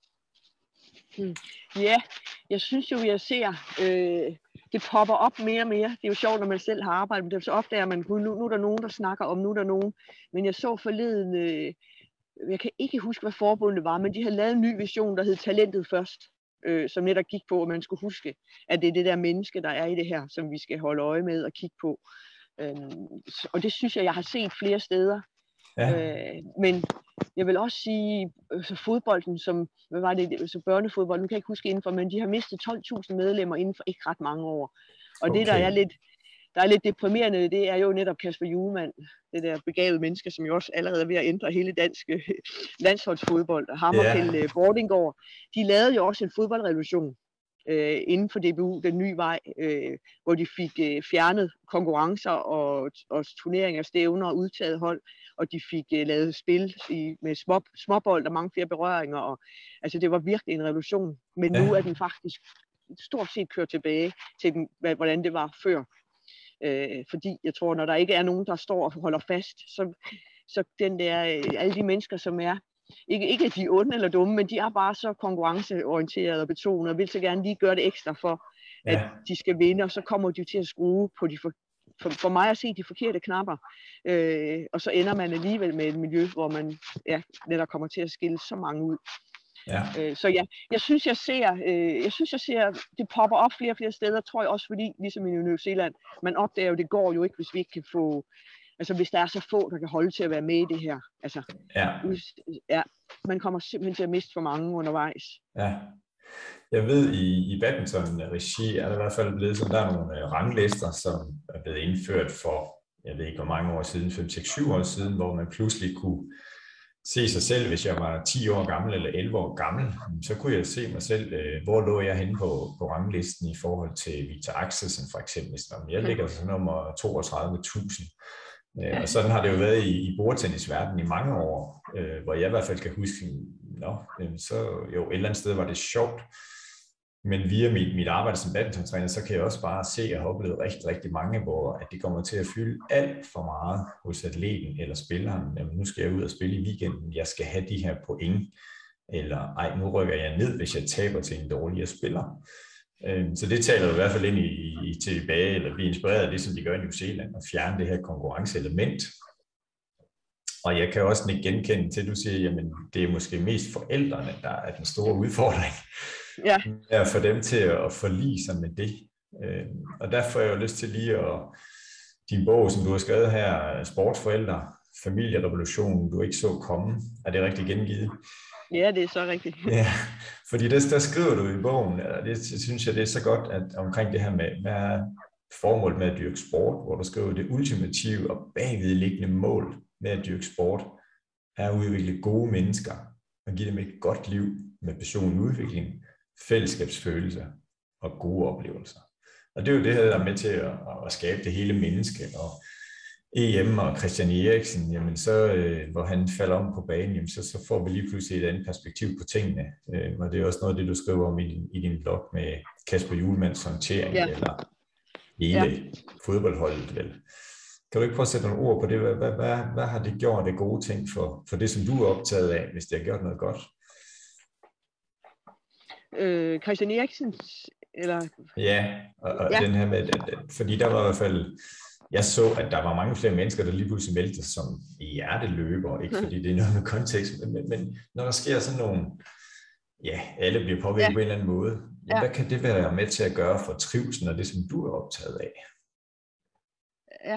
Hmm. Ja, jeg synes jo, jeg ser, øh, det popper op mere og mere. Det er jo sjovt, når man selv har arbejdet med det, så opdager man, nu, nu er der nogen, der snakker om, nu er der nogen. Men jeg så forleden, øh, jeg kan ikke huske, hvad forbundet var, men de havde lavet en ny vision, der hed Talentet Først, øh, som netop gik på, at man skulle huske, at det er det der menneske, der er i det her, som vi skal holde øje med og kigge på. Øh, og det synes jeg, jeg har set flere steder. Ja. Øh, men jeg vil også sige, så fodbolden, som, hvad var det, så børnefodbolden, nu kan jeg ikke huske indenfor, men de har mistet tolv tusind medlemmer inden for ikke ret mange år. Og okay. det, der er lidt, der er lidt deprimerende, det er jo netop Kasper Hjulmand, det der begavede menneske, som jo også allerede er ved at ændre hele dansk landsholdsfodbold, og ham yeah. og Kjeld Bordinggaard. De lavede jo også en fodboldrevolution øh, inden for D B U, den nye vej, øh, hvor de fik øh, fjernet konkurrencer og, og turneringer, stævner og udtaget hold, og de fik øh, lavet spil i, med små, småbold og mange flere berøringer. Og, altså det var virkelig en revolution, men ja. Nu er den faktisk stort set kørt tilbage til den, hvordan det var før. Øh, fordi jeg tror, når der ikke er nogen, der står og holder fast, så, så den der, alle de mennesker, som er, ikke, ikke at de er onde eller dumme, men de er bare så konkurrenceorienterede og betonet, og vil så gerne lige gøre det ekstra for, at ja. De skal vinde, og så kommer de til at skrue på de for, for, for mig at se de forkerte knapper, øh, og så ender man alligevel med et miljø, hvor man ja, netop kommer til at skille så mange ud. Ja. Øh, så ja, jeg synes, jeg ser, øh, jeg synes, jeg ser, det popper op flere og flere steder, tror jeg også, fordi, ligesom i New Zealand, man opdager jo, det går jo ikke, hvis vi ikke kan få, altså hvis der er så få, der kan holde til at være med i det her. Altså, ja. Ja, man kommer simpelthen til at miste for mange undervejs. Ja. Jeg ved, i, i badminton-regi er der i hvert fald blevet sådan, der er nogle ranglister, som er blevet indført for, jeg ved ikke hvor mange år siden, fem, seks, syv år siden, hvor man pludselig kunne se sig selv, hvis jeg var ti år gammel eller elleve år gammel, så kunne jeg se mig selv, hvor lå jeg henne på, på ranglisten i forhold til Victor Axelsen for eksempel. Jeg ligger som nummer toogtredive tusind. Og sådan har det jo været i, i bordtennisverdenen i mange år, hvor jeg i hvert fald kan huske, nå, så jo et eller andet sted var det sjovt. Men via mit, mit arbejde som badmintontræner, så kan jeg også bare se, at jeg har oplevet rigtig, rigtig mange, hvor at det kommer til at fylde alt for meget hos atleten eller spilleren. Jamen, nu skal jeg ud og spille i weekenden, jeg skal have de her point. Eller ej, nu rykker jeg ned, hvis jeg taber til en dårligere spiller. Så det taler i hvert fald ind i, i tilbage, eller blive inspireret af det, som de gør i New Zealand, og fjerne det her konkurrenceelement. Og jeg kan også ikke genkende til, at du siger, jamen det er måske mest forældrene, der er den store udfordring. Ja. At få dem til at forlige sig med det. Og derfor har jeg jo lyst til lige at, din bog, som du har skrevet her, Sportsforældre, Familierevolutionen, du ikke så komme, er det rigtig gengivet? Ja, det er så rigtigt. Ja, fordi det, der skriver du i bogen, og det synes jeg, det er så godt, at omkring det her med, hvad er formålet med at dyrke sport, hvor du skriver, det ultimative og bagvedliggende mål med at dyrke sport, er at udvikle gode mennesker, og give dem et godt liv med personlig udvikling, fællesskabsfølelse og gode oplevelser. Og det er jo det her, der er med til at, at skabe det hele menneske, og E M og Christian Eriksen, jamen så, øh, hvor han falder om på banen, jamen så, så får vi lige pludselig et andet perspektiv på tingene. Øh, og det er også noget af det, du skriver om i din, i din blog med Kasper Hjulmands håndtering, ja. Eller hele ja. Fodboldholdet, vel. Kan du ikke prøve at sætte nogle ord på det? Hvad, hvad, hvad, hvad har det gjort af gode ting for, for det, som du er optaget af, hvis det har gjort noget godt? Øh, Christian Eriksens, eller... Ja, og, og ja. den her med, at, at, fordi der var i hvert fald, jeg så, at der var mange flere mennesker, der lige pludselig meldte som hjerteløber, ikke fordi det er noget med kontekst, men, men når der sker sådan nogle, ja, alle bliver påvirket ja. på en eller anden måde, ja, ja. Hvad kan det være med til at gøre for trivslen og det, som du er optaget af? Ja,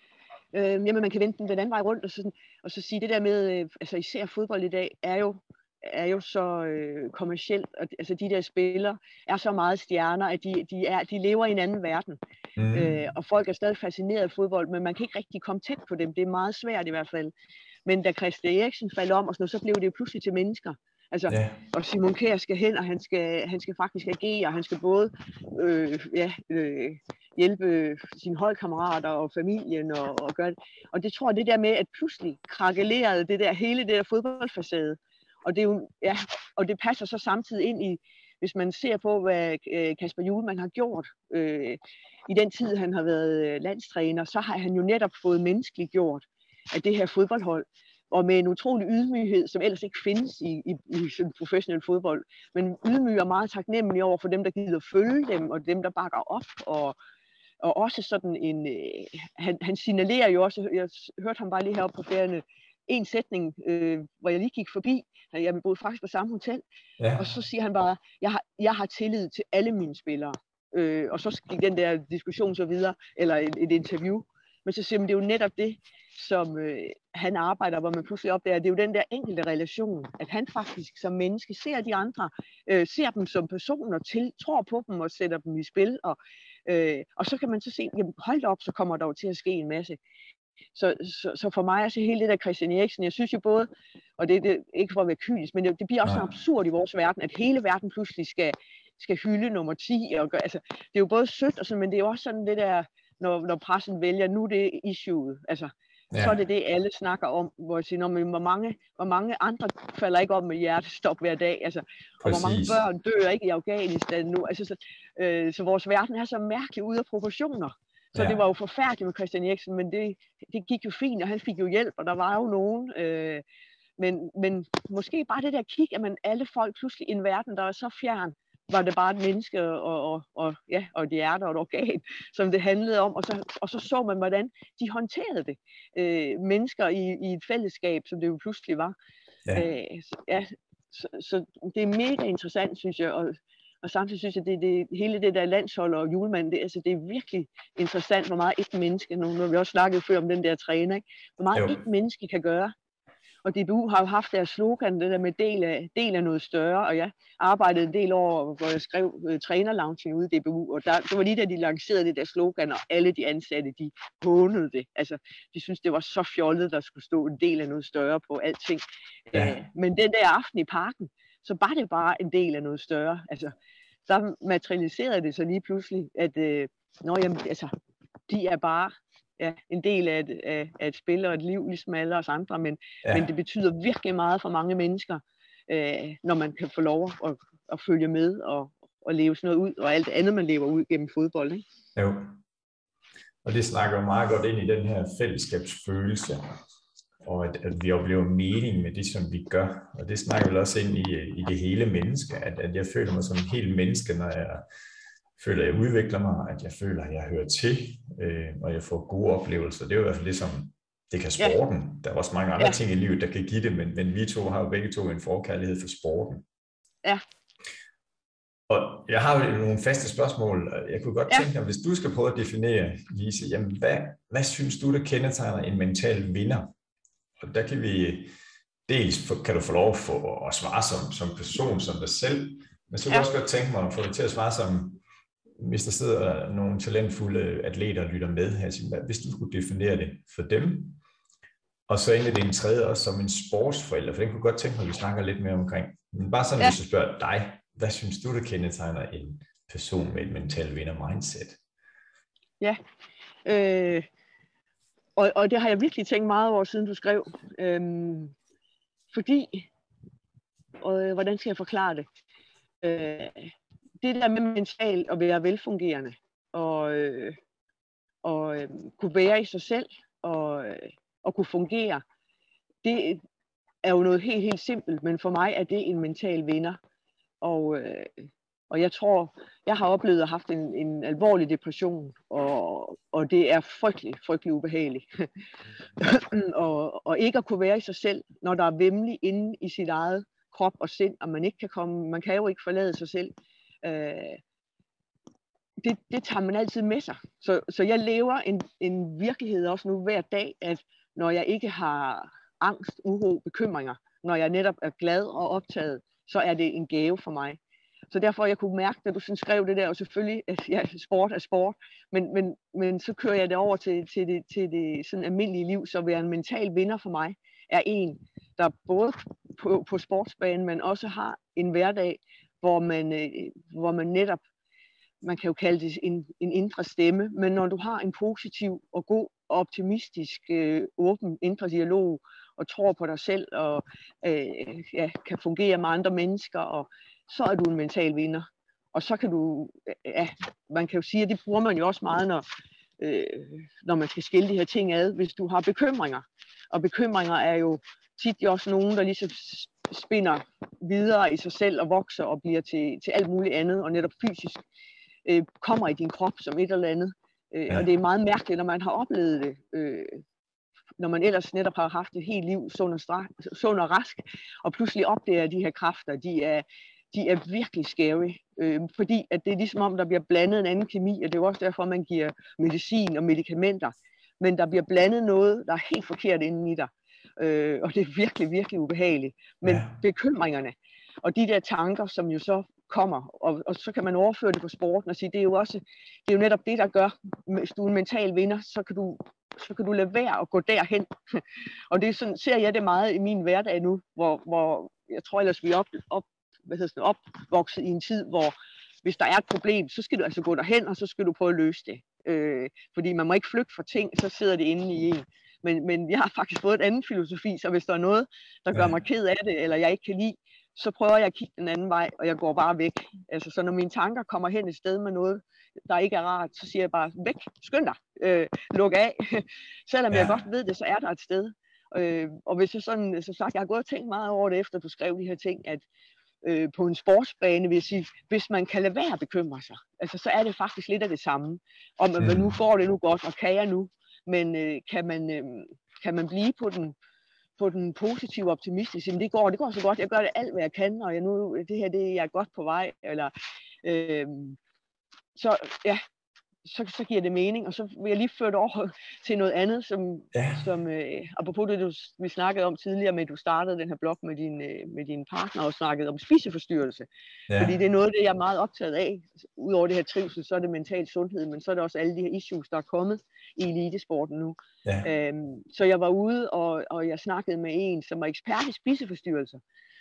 øh, jamen man kan vende den den anden vej rundt, og så, og så sige det der med, øh, altså især fodbold i dag, er jo, er jo så øh, kommercielt, og altså de der spillere er så meget stjerner, at de, de, er, de lever i en anden verden. Mm. Øh, og folk er stadig fascineret af fodbold, men man kan ikke rigtig komme tæt på dem. Det er meget svært i hvert fald. Men da Christian Eriksen faldt om, og sådan noget, så blev det jo pludselig til mennesker. Altså, yeah. Og Simon Kjær skal hen, og han skal, han skal faktisk agere, han skal både øh, ja, øh, hjælpe sine holdkammerater og familien og, og gøre det. Og det tror jeg, det der med, at pludselig krakelerede det der, hele det der fodboldfacade. Og det, er jo, ja, og det passer så samtidig ind i, hvis man ser på, hvad Kasper Hjulmand har gjort øh, i den tid, han har været landstræner, så har han jo netop fået menneskeligt gjort af det her fodboldhold. Og med en utrolig ydmyghed, som ellers ikke findes i, i, i sådan professionel fodbold. Men ydmyg og meget taknemmelig over for dem, der gider følge dem, og dem, der bakker op. Og, og også sådan en... Øh, han, han signalerer jo også, jeg hørte ham bare lige heroppe på Færøerne, en sætning, øh, hvor jeg lige gik forbi. Jeg boede faktisk på samme hotel. Ja. Og så siger han bare, jeg har, jeg har tillid til alle mine spillere. Øh, og så gik den der diskussion så videre, eller et, et interview. Men så siger man, det er jo netop det, som øh, han arbejder, hvor man pludselig opdager, det er jo den der enkelte relation, at han faktisk som menneske ser de andre, øh, ser dem som personer, til, tror på dem og sætter dem i spil. Og, øh, og så kan man så se, jamen hold op, så kommer der jo til at ske en masse. Så, så, så for mig er så hele det der Christian Eriksen, jeg synes jo både, og det er ikke for at være kynisk, men det, det bliver også Nej. absurd i vores verden, at hele verden pludselig skal, skal hylde nummer ti. Og gøre, altså, det er jo både sødt, og sådan, men det er jo også sådan det der, når, når pressen vælger, nu det er issueet, altså, ja. så er det det, alle snakker om, hvor jeg siger, hvor mange, hvor mange andre falder ikke om med hjertestop hver dag, altså, og hvor mange børn dør ikke i Afghanistan nu, altså, så, øh, så vores verden er så mærkelig ude af proportioner. Så ja. det var jo forfærdeligt med Christian Eriksen, men det, det gik jo fint, og han fik jo hjælp, og der var jo nogen. Øh, men, men måske bare det der kig, at man alle folk pludselig i en verden, der er så fjern, var det bare et menneske og, og, og, ja, og et hjerte og et organ, som det handlede om. Og så, og så så man, hvordan de håndterede det. Øh, mennesker i, i et fællesskab, som det jo pludselig var. Ja. Øh, ja, så, så det er mega interessant, synes jeg. Og, Og samtidig synes jeg, at det, det, hele det der landshold og Hjulmand, det, altså, det er virkelig interessant, hvor meget et menneske, nu har vi også snakket før om den der træner, ikke? Hvor meget jo. et menneske kan gøre. Og D B U har jo haft deres slogan, det der med del af, del af noget større, og jeg arbejdede en del år, hvor jeg skrev uh, trænerlaunching ude i D B U, og der, det var lige da de lancerede det der slogan, og alle de ansatte, de hånede det. Altså, de synes det var så fjollet, der skulle stå en del af noget større på alting. Ja. Uh, men den der aften i parken, så var det bare en del af noget større. Altså, så materialiserede det så lige pludselig, at øh, nå, jamen, altså, de er bare ja, en del af et, af, af et spil og et liv, ligesom alle os andre, men, ja. men det betyder virkelig meget for mange mennesker, øh, når man kan få lov at, at følge med og, og leve sådan noget ud, og alt andet, man lever ud gennem fodbold. Ikke? Jo, og det snakker jo meget godt ind i den her fællesskabsfølelse, og at, at vi oplever mening med det, som vi gør. Og det snakker vel også ind i, i det hele menneske, at, at jeg føler mig som en helt menneske, når jeg føler, at jeg udvikler mig, at jeg føler, at jeg hører til, øh, og jeg får gode oplevelser. Det er jo i hvert fald det, som det kan sporten. Ja. Der er også mange andre ja. ting i livet, der kan give det, men, men vi to har jo begge to en forkærlighed for sporten. Ja. Og jeg har jo nogle faste spørgsmål. Jeg kunne godt tænke mig, hvis du skal prøve at definere, Lise, jamen hvad, hvad synes du, der kendetegner en mental vinder? Og der kan vi dels, kan du få lov for at svare som, som person, som dig selv, men så kunne jeg også godt tænke mig at få dig til at svare som, hvis der sidder nogle talentfulde atleter og lytter med her, hvis du skulle definere det for dem. Og så egentlig det en tredje også som en sportsforælder, for den kunne godt tænke mig, at vi snakker lidt mere omkring. Men bare sådan, ja. hvis jeg spørger dig, hvad synes du, der kendetegner en person med et mental vinder-mindset? Ja, øh, og, og det har jeg virkelig tænkt meget over, siden du skrev. Øhm, fordi, og hvordan skal jeg forklare det? Øh, det der med mentalt at være velfungerende, og, øh, og øh, kunne være i sig selv, at, at kunne fungere, det er jo noget helt, helt simpelt, men for mig er det en mental vinder. Og, øh, og jeg tror, jeg har oplevet at have haft en, en alvorlig depression, og, og det er frygtelig, frygtelig ubehageligt. og, og ikke at kunne være i sig selv, når der er væmmelig inde i sit eget krop og sind, og man ikke kan komme, man kan jo ikke forlade sig selv. Øh, det, det tager man altid med sig. Så, så jeg lever en, en virkelighed også nu hver dag, at når jeg ikke har angst, uro, bekymringer, når jeg netop er glad og optaget, så er det en gave for mig. Så derfor jeg kunne mærke, da du sådan skrev det der, og selvfølgelig, at ja, sport er sport, men, men, men så kører jeg det over til, til det, til det sådan almindelige liv, så være en mental vinder for mig, er en, der både på, på sportsbanen, men også har en hverdag, hvor man, øh, hvor man netop, man kan jo kalde det en, en indre stemme, men når du har en positiv og god og optimistisk, øh, åben indre dialog, og tror på dig selv, og øh, ja, kan fungere med andre mennesker, og så er du en mental vinder. Og så kan du, ja, man kan jo sige, at det bruger man jo også meget, når, øh, når man skal skille de her ting ad, hvis du har bekymringer. Og bekymringer er jo tit jo også nogen, der ligesom spinder videre i sig selv og vokser og bliver til, til alt muligt andet, og netop fysisk øh, kommer i din krop som et eller andet. Øh, ja. Og det er meget mærkeligt, når man har oplevet det, øh, når man ellers netop har haft et helt liv sund og, stra- sund og rask, og pludselig opdager de her kræfter, de er, de er virkelig scary, øh, fordi at det er ligesom om, der bliver blandet en anden kemi, og det er jo også derfor, man giver medicin og medicamenter, men der bliver blandet noget, der er helt forkert inde i dig, øh, og det er virkelig, virkelig ubehageligt. Men ja. Bekymringerne, og de der tanker, som jo så kommer, og, og så kan man overføre det på sporten og sige, det er jo også, det er jo netop det, der gør, hvis du er en mental vinder, så kan du så kan du lade være at gå derhen. Og det er sådan, ser jeg det meget i min hverdag nu, hvor, hvor jeg tror ellers, vi er op, op, hvad hedder sådan, opvokset i en tid, hvor hvis der er et problem, så skal du altså gå derhen, og så skal du prøve at løse det. Øh, fordi man må ikke flygte fra ting, så sidder det inde i en. Men, men jeg har faktisk fået en anden filosofi, så hvis der er noget, der gør mig ked af det, eller jeg ikke kan lide, så prøver jeg at kigge den anden vej, og jeg går bare væk. Altså, så når mine tanker kommer hen et sted med noget, der ikke er rart, så siger jeg bare, væk, skynd dig, øh, luk af. Selvom ja. jeg godt ved det, så er der et sted. Øh, og hvis jeg sådan, så sagt, jeg har gået og tænkt meget over det, efter du skrev de her ting, at øh, på en sportsbane vil jeg sige, hvis man kan lade være at bekymre sig, altså, så er det faktisk lidt af det samme. Om mm. man nu får det nu godt, og kan jeg nu, men øh, kan, man, øh, kan man blive på den, på den positive optimistiske, men det går, det går så godt, jeg gør det alt, hvad jeg kan, og jeg nu, det her, det jeg er godt på vej, eller øh, så ja, så, så giver det mening, og så vil jeg lige føre det over til noget andet, som, ja. som øh, apropos det, du, vi snakkede om tidligere med, at du startede den her blog med din, øh, med din partner, og snakkede om spiseforstyrrelse, ja. Fordi det er noget af det, jeg er meget optaget af, udover det her trivsel, så er det mental sundhed, men så er det også alle de her issues, der er kommet i elitesporten nu. Ja. Øhm, så jeg var ude, og, og jeg snakkede med en, som var ekspert i spiseforstyrrelser,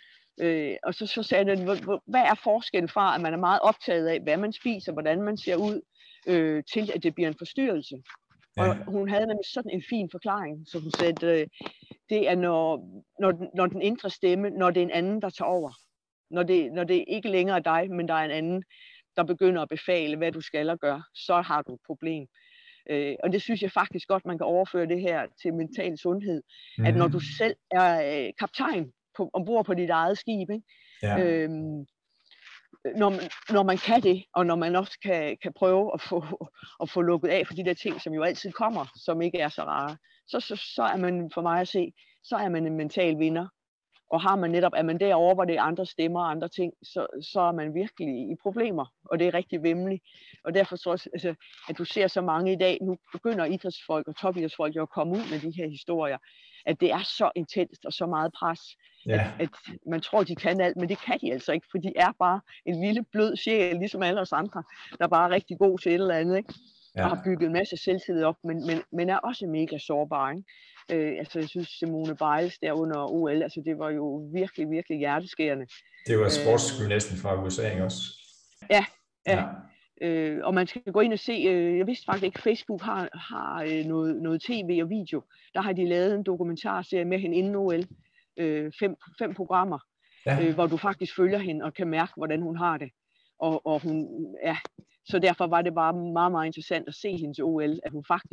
Øh, og så, så sagde den, hvad er forskellen fra, at man er meget optaget af, hvad man spiser, hvordan man ser ud, øh, til at det bliver en forstyrrelse. Ja. Og hun havde nemlig sådan en fin forklaring, så hun sagde, at øh, det er, når, når, når den indre stemme, når det er en anden, der tager over. Når det, når det ikke længere er dig, men der er en anden, der begynder at befale, hvad du skal og gøre, så har du et problem. Øh, og det synes jeg faktisk godt, man kan overføre det her til mental sundhed. Mm. At når du selv er øh, kaptajn, På, ombord på dit eget skib, ikke? Ja. Øhm, når, man, når man kan det, og når man også kan, kan prøve at få, at få lukket af for de der ting, som jo altid kommer, som ikke er så rare, så, så, så er man for mig at se, så er man en mental vinder. Og har man netop, er man derovre, hvor det er andre stemmer og andre ting, så, så er man virkelig i problemer, og det er rigtig væmmeligt. Og derfor så også, altså, at du ser så mange i dag, nu begynder idrætsfolk og topidrætsfolk jo at komme ud med de her historier, at det er så intenst og så meget pres, ja. at, at man tror, de kan alt, men det kan de altså ikke, for de er bare en lille blød sjæl, ligesom alle os andre, der bare er rigtig god til et eller andet, ikke? Ja. Og har bygget en masse selvtillid op, men, men, men er også mega sårbar, ikke? Øh, altså jeg synes Simone Biles der under O L, altså det var jo virkelig, virkelig hjerteskærende. Det var sportsgymnasten fra U S A, ikke også? Ja, ja. ja. Øh, og man skal gå ind og se, øh, jeg vidste faktisk ikke, Facebook har, har øh, noget, noget tv og video. Der har de lavet en dokumentarserie med hende inden O L. Øh, fem, fem programmer, ja. øh, hvor du faktisk følger hende og kan mærke, hvordan hun har det. Og, og hun, ja, så derfor var det bare meget, meget interessant at se hende til O L, at hun faktisk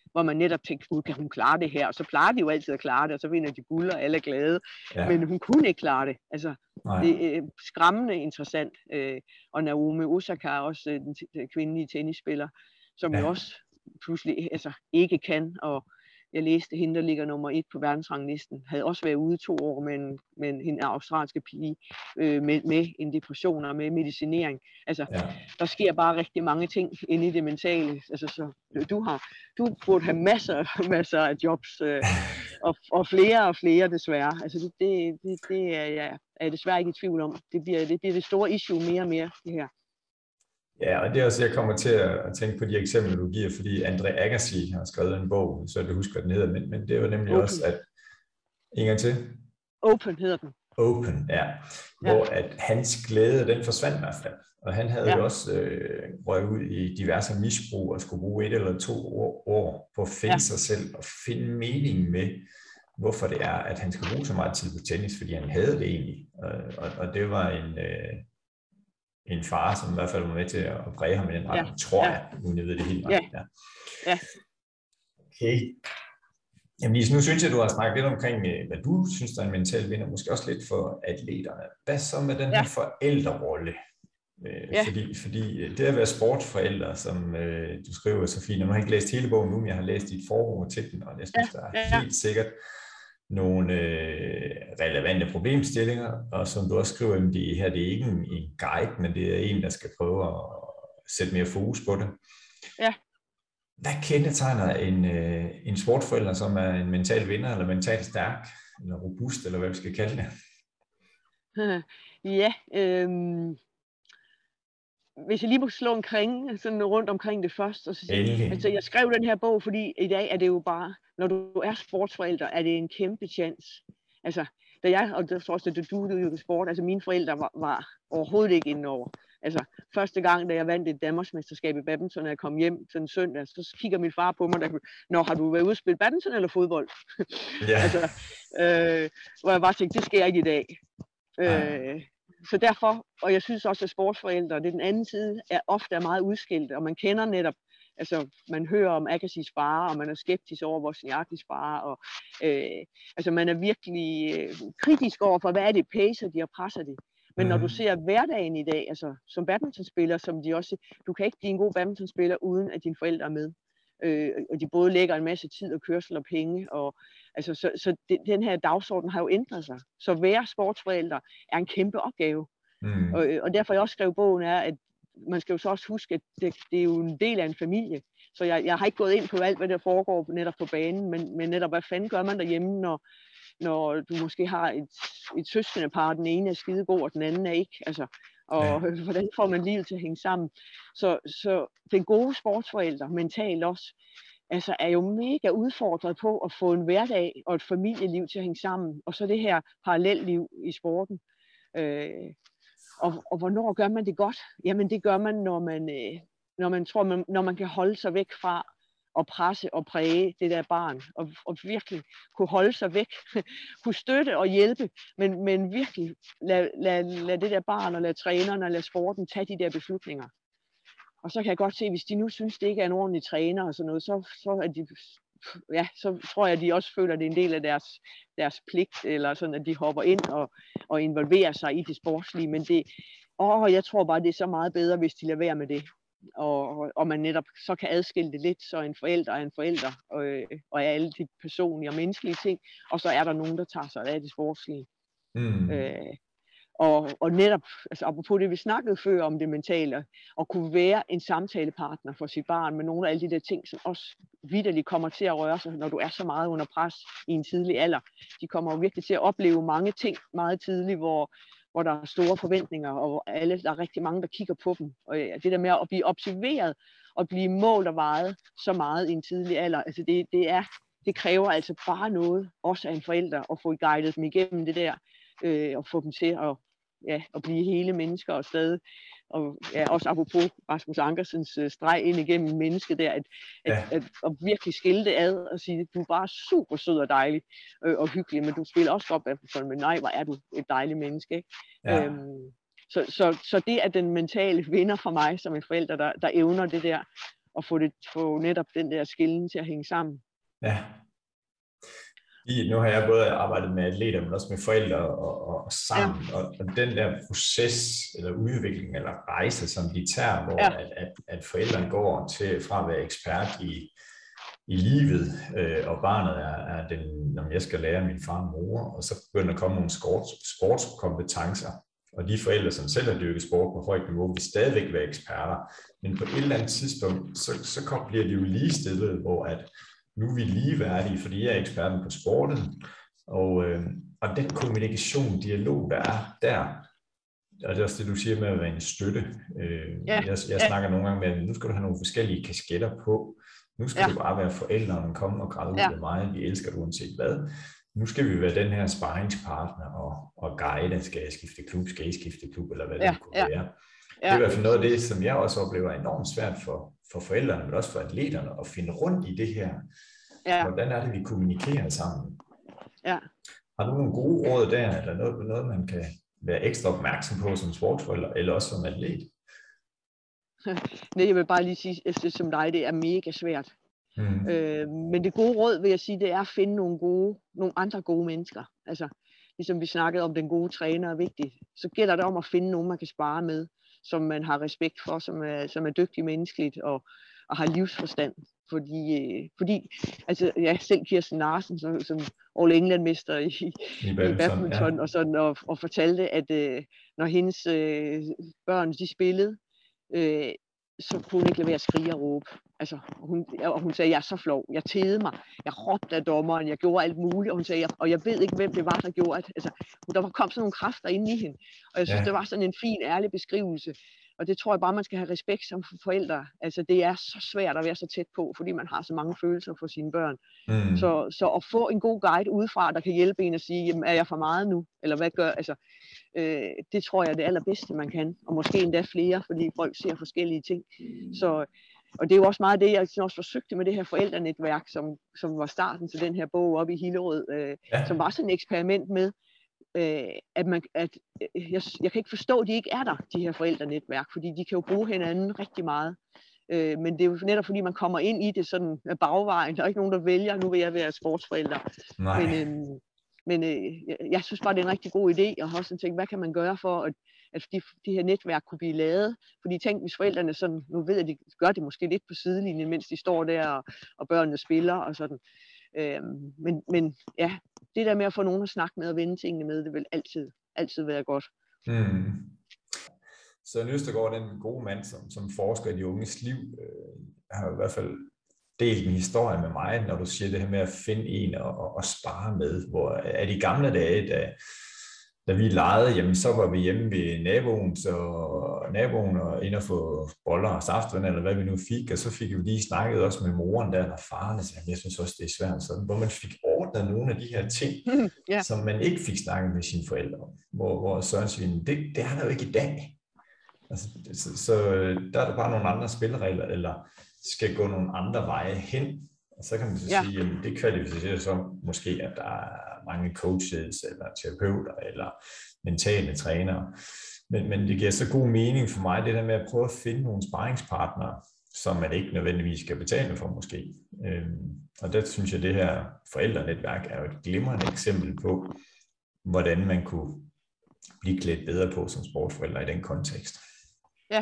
hvor man netop tænkte, gud, kan hun klare det her? Og så plejer de jo altid at klare det, og så vinder de guld, og alle er glade. Ja. Men hun kunne ikke klare det. Altså, Nej. det er skræmmende interessant. Øh, og Naomi Osaka er også øh, den kvindelige tennisspiller, som ja. jo også pludselig altså, ikke kan, og jeg læste, hende, der ligger nummer et på verdensranglisten, havde også været ude to år med en, med en australske pige øh, med, med en depression og med medicinering. Altså, ja. der sker bare rigtig mange ting inde i det mentale. Altså, så du har, du burde have masser, masser af jobs, øh, og, og flere og flere desværre. Altså, det, det, det, det er jeg er desværre ikke i tvivl om. Det bliver det, bliver det store issue mere og mere, det her. Ja, og det er også, jeg kommer til at tænke på de eksempler, du giver, fordi Andre Agassi har skrevet en bog, så jeg husker, hvad den hedder, men, men det er jo nemlig Open. Også, at... En gang til? Open hedder den. Open, ja. Hvor ja. At hans glæde, den forsvandt i hvert fald. Og han havde ja. jo også øh, røget ud i diverse misbrug og skulle bruge et eller to år, år på at finde ja. sig selv og finde mening med, hvorfor det er, at han skal bruge så meget tid på tennis, fordi han havde det egentlig. Og, og, og det var en... Øh, en far, som i hvert fald var med til at præge ham i den retning, ja. tror jeg, uden jeg ved det helt meget. Ja. Ja. Okay. Jamen Lise, nu synes jeg, du har snakket lidt omkring, hvad du synes, der er en mental vinder, måske også lidt for atleterne. Hvad så med den ja. her forældrerolle? Ja. Fordi, fordi det at være sportsforældre, som øh, du skriver så fint, og nu har jeg ikke læst hele bogen nu, men jeg har læst dit forord til den, og jeg synes, ja. der er ja. helt sikkert nogle øh, relevante problemstillinger, og som du også skriver, at det her det er ikke en, en guide, men det er en, der skal prøve at sætte mere fokus på det. Ja. Hvad kendetegner en, øh, en sportsforælder, som er en mental vinder, eller mentalt stærk, eller robust, eller hvad vi skal kalde det? Ja, øh... hvis jeg lige må slå en kring, sådan rundt omkring det først, og så sige, altså jeg skrev den her bog, fordi i dag er det jo bare, når du er sportsforælder, er det en kæmpe chance. Altså, da jeg, og det er også, at du er sport, altså mine forældre var, var overhovedet ikke inde over. Altså, første gang, da jeg vandt et Danmarksmesterskab i badminton, og jeg kom hjem sådan en søndag, så kigger min far på mig, der, når har du været ude og spille badminton eller fodbold? Yeah. altså, øh, hvor jeg bare tænkte, det sker ikke i dag. Øh, Så derfor, og jeg synes også, at sportsforældre, det er den anden side, er ofte er meget udskilt, og man kender netop, altså man hører om Agassis far, og man er skeptisk over Wozniackis far, og øh, altså man er virkelig øh, kritisk over for, hvad er det pacer de og presser de. Men mm. når du ser hverdagen i dag, altså som badmintonspiller, som de også, du kan ikke blive en god badmintonspiller, uden at dine forældre er med. Øh, og de både lægger en masse tid og kørsel og penge, og altså, så, så det, den her dagsorden har jo ændret sig. Så at være sportsforældre er en kæmpe opgave. Mm. Og, og derfor jeg også skrev bogen er, at man skal jo så også huske, at det, det er jo en del af en familie. Så jeg, jeg har ikke gået ind på alt, hvad der foregår netop på banen, men, men netop, hvad fanden gør man derhjemme, når, når du måske har et, et søskendepar, den ene er skidegod, og den anden er ikke. Altså, og ja. hvordan får man livet til at hænge sammen. Så, så den gode sportsforælder, mentalt også, altså er jo mega udfordret på at få en hverdag og et familieliv til at hænge sammen. Og så det her parallelliv i sporten. Øh, og, og hvornår gør man det godt? Jamen det gør man, når man, øh, når man tror, man, når man kan holde sig væk fra at presse og præge det der barn, og, og virkelig kunne holde sig væk, kunne støtte og hjælpe, men, men virkelig lade lad, lad det der barn og lade træneren og lade sporten tage de der beslutninger. Og så kan jeg godt se, hvis de nu synes, det ikke er en ordentlig træner og sådan noget, så, så, er de, ja, så tror jeg, at de også føler, at det er en del af deres, deres pligt, eller sådan, at de hopper ind og, og involverer sig i det sportslige. Men det, åh, jeg tror bare, det er så meget bedre, hvis de lader være med det. Og, og man netop så kan adskille det lidt, så en forælder er en forælder, og, og er alle de personlige og menneskelige ting, og så er der nogen, der tager sig af det sportslige. Mm. Øh, og, og netop, altså apropos det vi snakkede før om det mentale, at kunne være en samtalepartner for sit barn med nogle af alle de der ting, som også vitterligt kommer til at røre sig, når du er så meget under pres i en tidlig alder. De kommer jo virkelig til at opleve mange ting meget tidligt, hvor hvor der er store forventninger, og hvor alle, der er rigtig mange, der kigger på dem. Og det der med at blive observeret, og blive målt og vejet så meget i en tidlig alder, altså det, det, er, det kræver altså bare noget, også af en forælder, at få guidet dem igennem det der, øh, og få dem til at, ja, at blive hele mennesker og stadig, og ja, også apropos Rasmus Ankersens uh, streg ind igennem mennesket der, at, ja. at, at, at virkelig skille det ad og sige, du er bare super sød og dejlig øh, og hyggelig, men du spiller også godt af, men nej, hvor er du et dejligt menneske, ikke? Ja. Øhm, så, så, så det er den mentale vinder for mig som en forælder, der, der evner det der, og få, det, få netop den der skillen til at hænge sammen. Ja. I, nu har jeg både arbejdet med atleter, men også med forældre og, og, og sammen, ja. og, og den der proces, eller udvikling, eller rejse, som de tager, hvor ja. at, at, at forældrene går til fra at være ekspert i, i livet, øh, og barnet er, er den, når jeg skal lære min far og mor, og så begynder at komme nogle sports, sportskompetencer, og de forældre, som selv har dyrket sport på højt niveau, vil stadigvæk være eksperter, men på et eller andet tidspunkt, så, så kom, bliver de jo ligestillet, hvor at nu er vi ligeværdige, fordi jeg er eksperten på sporten, og, øh, og den kommunikation, dialog, der er der, og det er også det, du siger med at være en støtte. Øh, ja, jeg jeg ja. snakker nogle gange med, at nu skal du have nogle forskellige kasketter på, nu skal ja. du bare være forældre, og komme og græde ud ja. af mig, vi elsker du uanset hvad. Nu skal vi være den her sparringspartner og, og guide, skal jeg skifte klub, skal jeg skifte klub, eller hvad ja. det kunne ja. være. Det er i hvert fald noget af det, som jeg også oplever enormt svært for, for forældrene, men også for atleterne, at finde rundt i det her. Ja. Hvordan er det, vi kommunikerer sammen? Ja. Har du nogle gode råd der, eller noget, noget, man kan være ekstra opmærksom på som sportsforælder, eller også som atlet? Nej, jeg vil bare lige sige, at det som dig, det er mega svært. Mm. Øh, men det gode råd, vil jeg sige, det er at finde nogle, gode, nogle andre gode mennesker. Altså, ligesom vi snakkede om, den gode træner er vigtig, så gælder det om at finde nogen, man kan spare med, som man har respekt for, som er, som er dygtig menneskeligt og, og har livsforstand. Fordi, fordi altså, ja, selv Kirsten Larsen, som, som All England-mester i, I, I badminton, ja. og, sådan, og, og fortalte, at øh, når hendes øh, børn de spillede, øh, så kunne hun ikke lade være at skrige og råbe. Altså, hun, og hun sagde, jeg er så flov, jeg tædede mig, jeg råbte af dommeren, jeg gjorde alt muligt, og hun sagde, og jeg ved ikke, hvem det var, der gjorde det. Altså, der kom sådan nogle kræfter inde i hende, og jeg synes, ja. det var sådan en fin, ærlig beskrivelse. Og det tror jeg bare, man skal have respekt som forældre. Altså, det er så svært at være så tæt på, fordi man har så mange følelser for sine børn. Mm. Så, så at få en god guide udefra, der kan hjælpe en at sige, jamen, er jeg for meget nu? Eller hvad gør altså, øh, det tror jeg er det allerbedste, man kan. Og måske endda flere, fordi folk ser forskellige ting. Så, og det er jo også meget det, jeg også forsøgte med det her forældrenetværk, som, som var starten til den her bog oppe i Hillerød, øh, ja. som var sådan et eksperiment med, Øh, at man, at øh, jeg, jeg kan ikke forstå, at de ikke er der, de her forældrenetværk, fordi de kan jo bruge hinanden rigtig meget. Øh, men det er jo netop, fordi man kommer ind i det sådan med bagvejen. Der er ikke nogen, der vælger, nu vil jeg være sportsforælder. Nej. Men, øh, men øh, jeg, jeg synes bare, det er en rigtig god idé, og har også tænkt, hvad kan man gøre for, at, at de, de her netværk kunne blive lavet? Fordi tænk, hvis forældrene sådan, nu ved jeg, de gør det måske lidt på sidelinjen, mens de står der, og, og børnene spiller og sådan. Øh, men, men ja, det der med at få nogen at snakke med og vende tingene med, det vil altid, altid være godt. Mm. Søren Østergaard, den gode mand, som, som forsker i de unges liv, øh, har i hvert fald delt en historie med mig, når du siger det her med at finde en og, og, og spare med. Hvor af de gamle dage, da, da vi legede, jamen, så var vi hjemme ved naboen, så naboen og ind og få boller og saftvand, eller hvad vi nu fik, og så fik vi lige snakket også med moren der, og faren, så jeg synes også, det er svært, sådan, hvor man fik ordnet nogle af de her ting, mm, yeah. som man ikke fik snakket med sine forældre om, hvor, hvor Søren siger, det, det er der jo ikke i dag. Altså, så, så der er der bare nogle andre spilleregler, eller skal gå nogle andre veje hen, og så kan man så yeah. sige, at det kvalificerer så måske, at der er mange coaches, eller terapeuter, eller mentale trænere. Men, men det giver så god mening for mig, det der med at prøve at finde nogle sparringspartnere, som man ikke nødvendigvis skal betale for måske. Øhm, og der synes jeg, at det her forældrenetværk er jo et glimrende eksempel på, hvordan man kunne blive klædt bedre på som sportsforældre i den kontekst. Ja.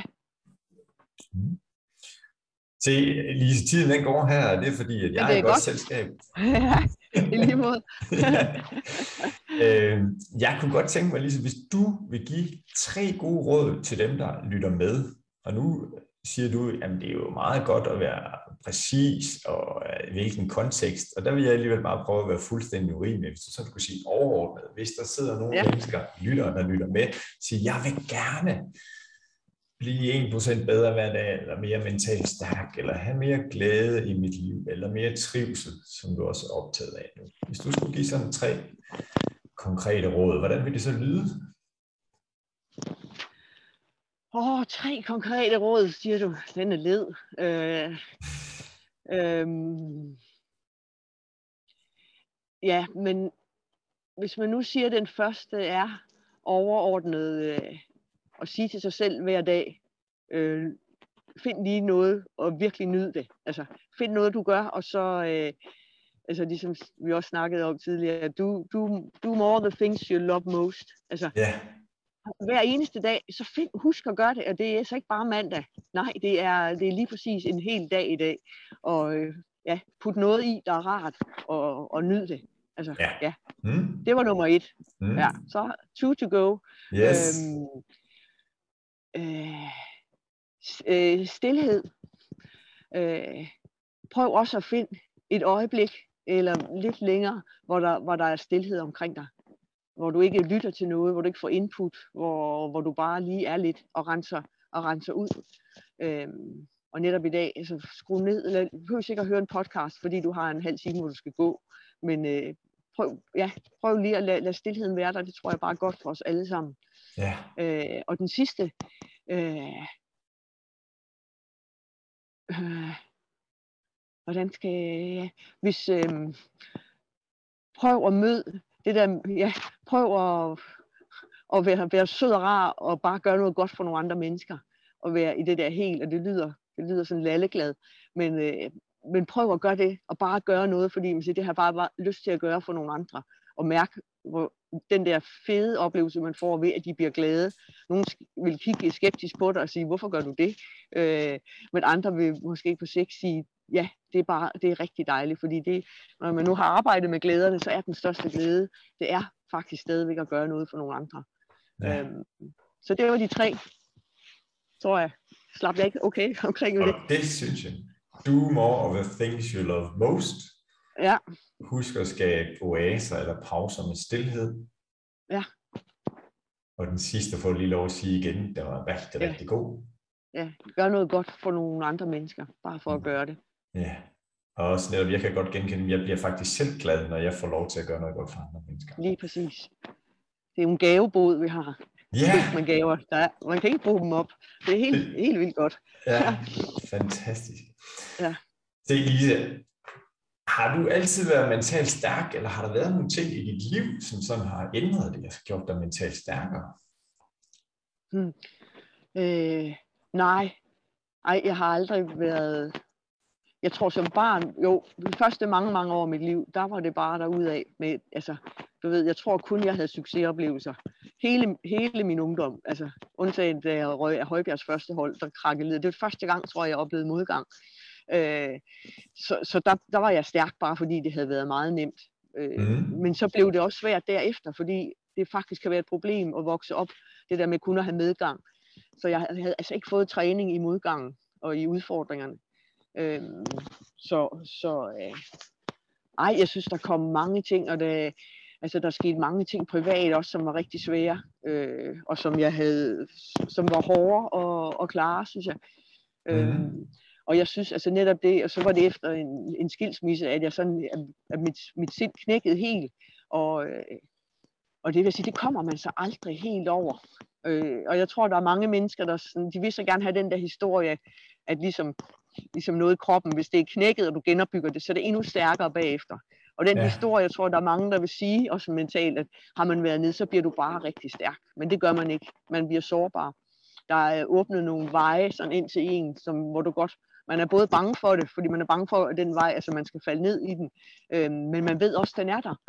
Mm. Se, Lise, tiden den går her, og det er fordi, at jeg ja, er et godt, godt selskab. Ja, i lige måde. Ja. øh, jeg kunne godt tænke mig, Lise, hvis du vil give tre gode råd til dem, der lytter med, og nu siger du, at det er jo meget godt at være præcis, og i hvilken kontekst, og der vil jeg alligevel bare prøve at være fuldstændig urimelig, hvis du så kunne sige overordnet, hvis der sidder nogle ja. mennesker, lytter, der lytter med, siger, jeg vil gerne blive en procent bedre hver dag, eller mere mentalt stærk, eller have mere glæde i mit liv, eller mere trivsel, som du også er optaget af nu. Hvis du skulle give sådan tre konkrete råd, hvordan vil det så lyde? Åh, oh, tre konkrete råd, siger du. Den er led. Øh, øh, ja, men hvis man nu siger, at den første er overordnet, øh, at sige til sig selv hver dag, øh, find lige noget og virkelig nyd det. Altså, find noget, du gør, og så, øh, altså ligesom vi også snakkede om tidligere, do, do, do more the things you love most. Altså, yeah. hver eneste dag, så find, husk at gøre det, og det er så ikke bare mandag. Nej, det er, det er lige præcis en hel dag i dag. Og øh, ja, put noget i, der er rart, og, og nyd det. Altså, yeah. ja. Mm. Det var nummer et. Mm. Ja, så two to go. Yes. Øhm, øh, øh, stilhed. Øh, prøv også at finde et øjeblik, eller lidt længere, hvor der, hvor der er stilhed omkring dig. Hvor du ikke lytter til noget, hvor du ikke får input, hvor, hvor du bare lige er lidt og renser, og renser ud. Øhm, og netop i dag, altså skru ned, eller du behøver ikke at høre en podcast, fordi du har en halv time, hvor du skal gå. Men øh, prøv, ja, prøv lige at lade, lade stilheden være der, det tror jeg bare er godt for os alle sammen. Ja. Øh, og den sidste, øh, øh, hvordan skal jeg, hvis, øh, prøv at møde, det der, ja, prøv at, at være, være sød og rar, og bare gøre noget godt for nogle andre mennesker, og være i det der helt, og det lyder, det lyder sådan lalleglad, men, øh, men prøv at gøre det, og bare gøre noget, fordi man siger, det har bare, bare lyst til at gøre for nogle andre, og mærke, hvor den der fede oplevelse, man får ved, at de bliver glade. Nogle vil kigge skeptisk på dig og sige, hvorfor gør du det? Øh, men andre vil måske på sigt sige, ja, det er bare, det er rigtig dejligt, fordi det, når man nu har arbejdet med glæderne, så er den største glæde, det er faktisk stadigvæk at gøre noget for nogle andre. Ja. Øhm, så det var de tre, tror jeg. Slap jeg ikke okay omkring det? Og det synes jeg. Do more of the things you love most. Ja. Husk at skabe oaser eller pauser med stilhed. Ja. Og den sidste får lige lov at sige igen, der var rigtig, ja. rigtig god. Ja, gør noget godt for nogle andre mennesker, bare for at gøre det. Ja, og også netop, jeg kan godt genkende, at jeg bliver faktisk selv glad, når jeg får lov til at gøre noget godt for andre mennesker. Lige præcis. Det er jo en gavebod, vi har. Ja. Med gaver. Der er, man kan ikke bruge dem op. Det er helt, det... helt vildt godt. Ja, fantastisk. Ja. Se, Lise, har du altid været mentalt stærk, eller har der været nogle ting i dit liv, som sådan har ændret dig og gjort dig mentalt stærkere? Hmm. Øh, nej. Ej, jeg har aldrig været... Jeg tror som barn, jo, de første mange, mange år af mit liv, der var det bare derudad med, altså, du ved, jeg tror kun, jeg havde succesoplevelser. Hele, hele min ungdom, altså, undtagen da jeg røg af Højbjergs første hold, der krakkede. Det var første gang, tror jeg, jeg oplevede modgang. Øh, så så der, der var jeg stærk, bare fordi det havde været meget nemt. Øh, mm. Men så blev det også svært derefter, fordi det faktisk kan være et problem at vokse op, det der med kun at have medgang. Så jeg havde altså ikke fået træning i modgangen og i udfordringerne. Øhm, så så øh, ej, jeg synes der kom mange ting, og det, altså der skete mange ting privat også, som var rigtig svære, øh, og som jeg havde, som var hårde og, og klare, synes jeg. Mm. Øhm, og jeg synes altså netop det, og så var det efter en, en skilsmisse, at jeg sådan, at, at mit, mit sind knækkede helt, og øh, og det vil sige, det kommer man så aldrig helt over. Øh, og jeg tror der er mange mennesker, der sådan, de vil så gerne have den der historie, at ligesom ligesom noget i kroppen, hvis det er knækket, og du genopbygger det, så er det endnu stærkere bagefter. Og den ja. historie, jeg tror, der er mange, der vil sige, også mentalt, at har man været nede, så bliver du bare rigtig stærk. Men det gør man ikke. Man bliver sårbar. Der er åbnet nogle veje sådan ind til en, som, hvor du godt, man er både bange for det, fordi man er bange for, at den vej, altså man skal falde ned i den, øhm, men man ved også, at den er der.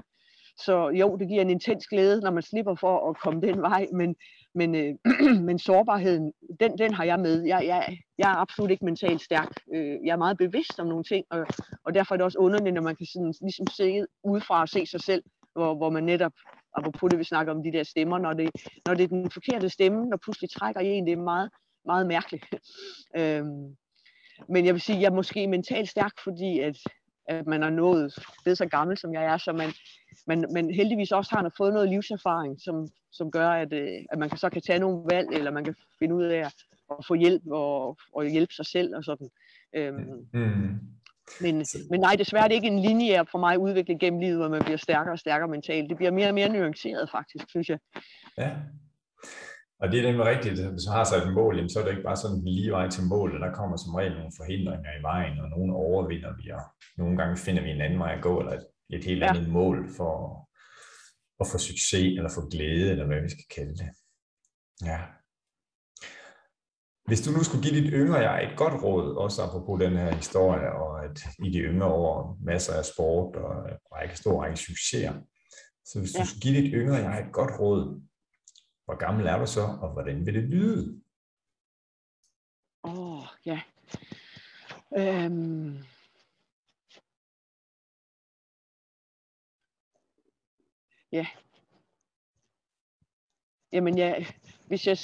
Så jo, det giver en intens glæde, når man slipper for at komme den vej, men, men, øh, men sårbarheden, den, den har jeg med. Jeg, jeg, jeg er absolut ikke mentalt stærk. Jeg er meget bevidst om nogle ting, og, og derfor er det også underligt, når man kan sådan, ligesom se udefra og se sig selv, hvor, hvor man netop, apropos det vi snakker om de der stemmer, når det, når det er den forkerte stemme, der pludselig trækker i en, det er meget, meget mærkeligt. øhm, men jeg vil sige, jeg er måske mentalt stærk, fordi at, at man er nået, det er så gammel som jeg er, så man Men, men heldigvis også har han fået noget livserfaring, som, som gør, at, at man kan, så kan tage nogle valg, eller man kan finde ud af at få hjælp og, og hjælpe sig selv og sådan. Øhm, mm. men, men nej, desværre er det ikke en linje for mig at udvikle gennem livet, hvor man bliver stærkere og stærkere mentalt. Det bliver mere og mere nuanceret faktisk, synes jeg. Ja, og det er nemlig rigtigt. Hvis man har sig et mål, så er det ikke bare sådan en lige vej til målet. Der kommer som regel nogle forhindringer i vejen, og nogle overvinder vi, og nogle gange finder vi en anden vej at gå, eller et et helt andet ja. mål for at få succes, eller få glæde, eller hvad vi skal kalde det. Ja. Hvis du nu skulle give dit yngre jeg et godt råd, også apropos den her historie, og at i de yngre år masser af sport og en række store række succeser. Så hvis ja. du skulle give dit yngre jeg et godt råd, hvor gammel er du så, og hvordan vil det lyde? Åh, oh, ja. Øhm... Ja. Jamen, jeg, hvis jeg,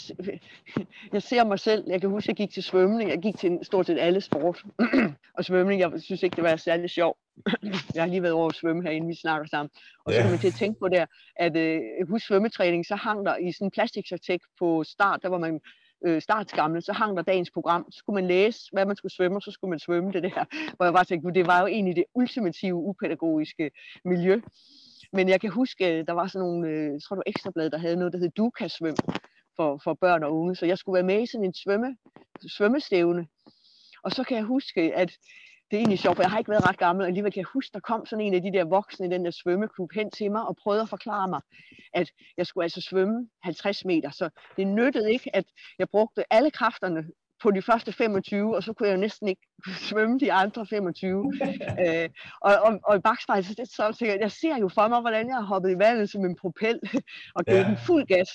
jeg ser mig selv, jeg kan huske, jeg gik til svømning, jeg gik til stort set alle sport, og svømning, jeg synes ikke, det var særlig sjov. Jeg har lige været over at svømme herinde, vi snakker sammen. Og så kan man til at tænke på der, at øh, husk svømmetræning, så hang der i sådan en plastiksertek på start, der var man øh, startsgammel, så hang der dagens program, så skulle man læse, hvad man skulle svømme, og så skulle man svømme det der. Hvor jeg bare tænkte, det var jo egentlig det ultimative, upædagogiske miljø. Men jeg kan huske, der var sådan nogle, jeg tror det var Ekstrablad, der havde noget, der hed Du kan svømme for, for børn og unge. Så jeg skulle være med i sådan en svømme, svømmestævne. Og så kan jeg huske, at det er egentlig sjovt, for jeg har ikke været ret gammel, og alligevel kan jeg huske, der kom sådan en af de der voksne i den der svømmeklub hen til mig og prøvede at forklare mig, at jeg skulle altså svømme halvtreds meter. Så det nyttede ikke, at jeg brugte alle kræfterne på de første femogtyve, og så kunne jeg jo næsten ikke svømme de andre femogtyve. øh, og, og, og i bakspejlet, så, så tænker jeg, jeg ser jo for mig, hvordan jeg har hoppet i vandet som en propel, og givet ja. den fuld gas.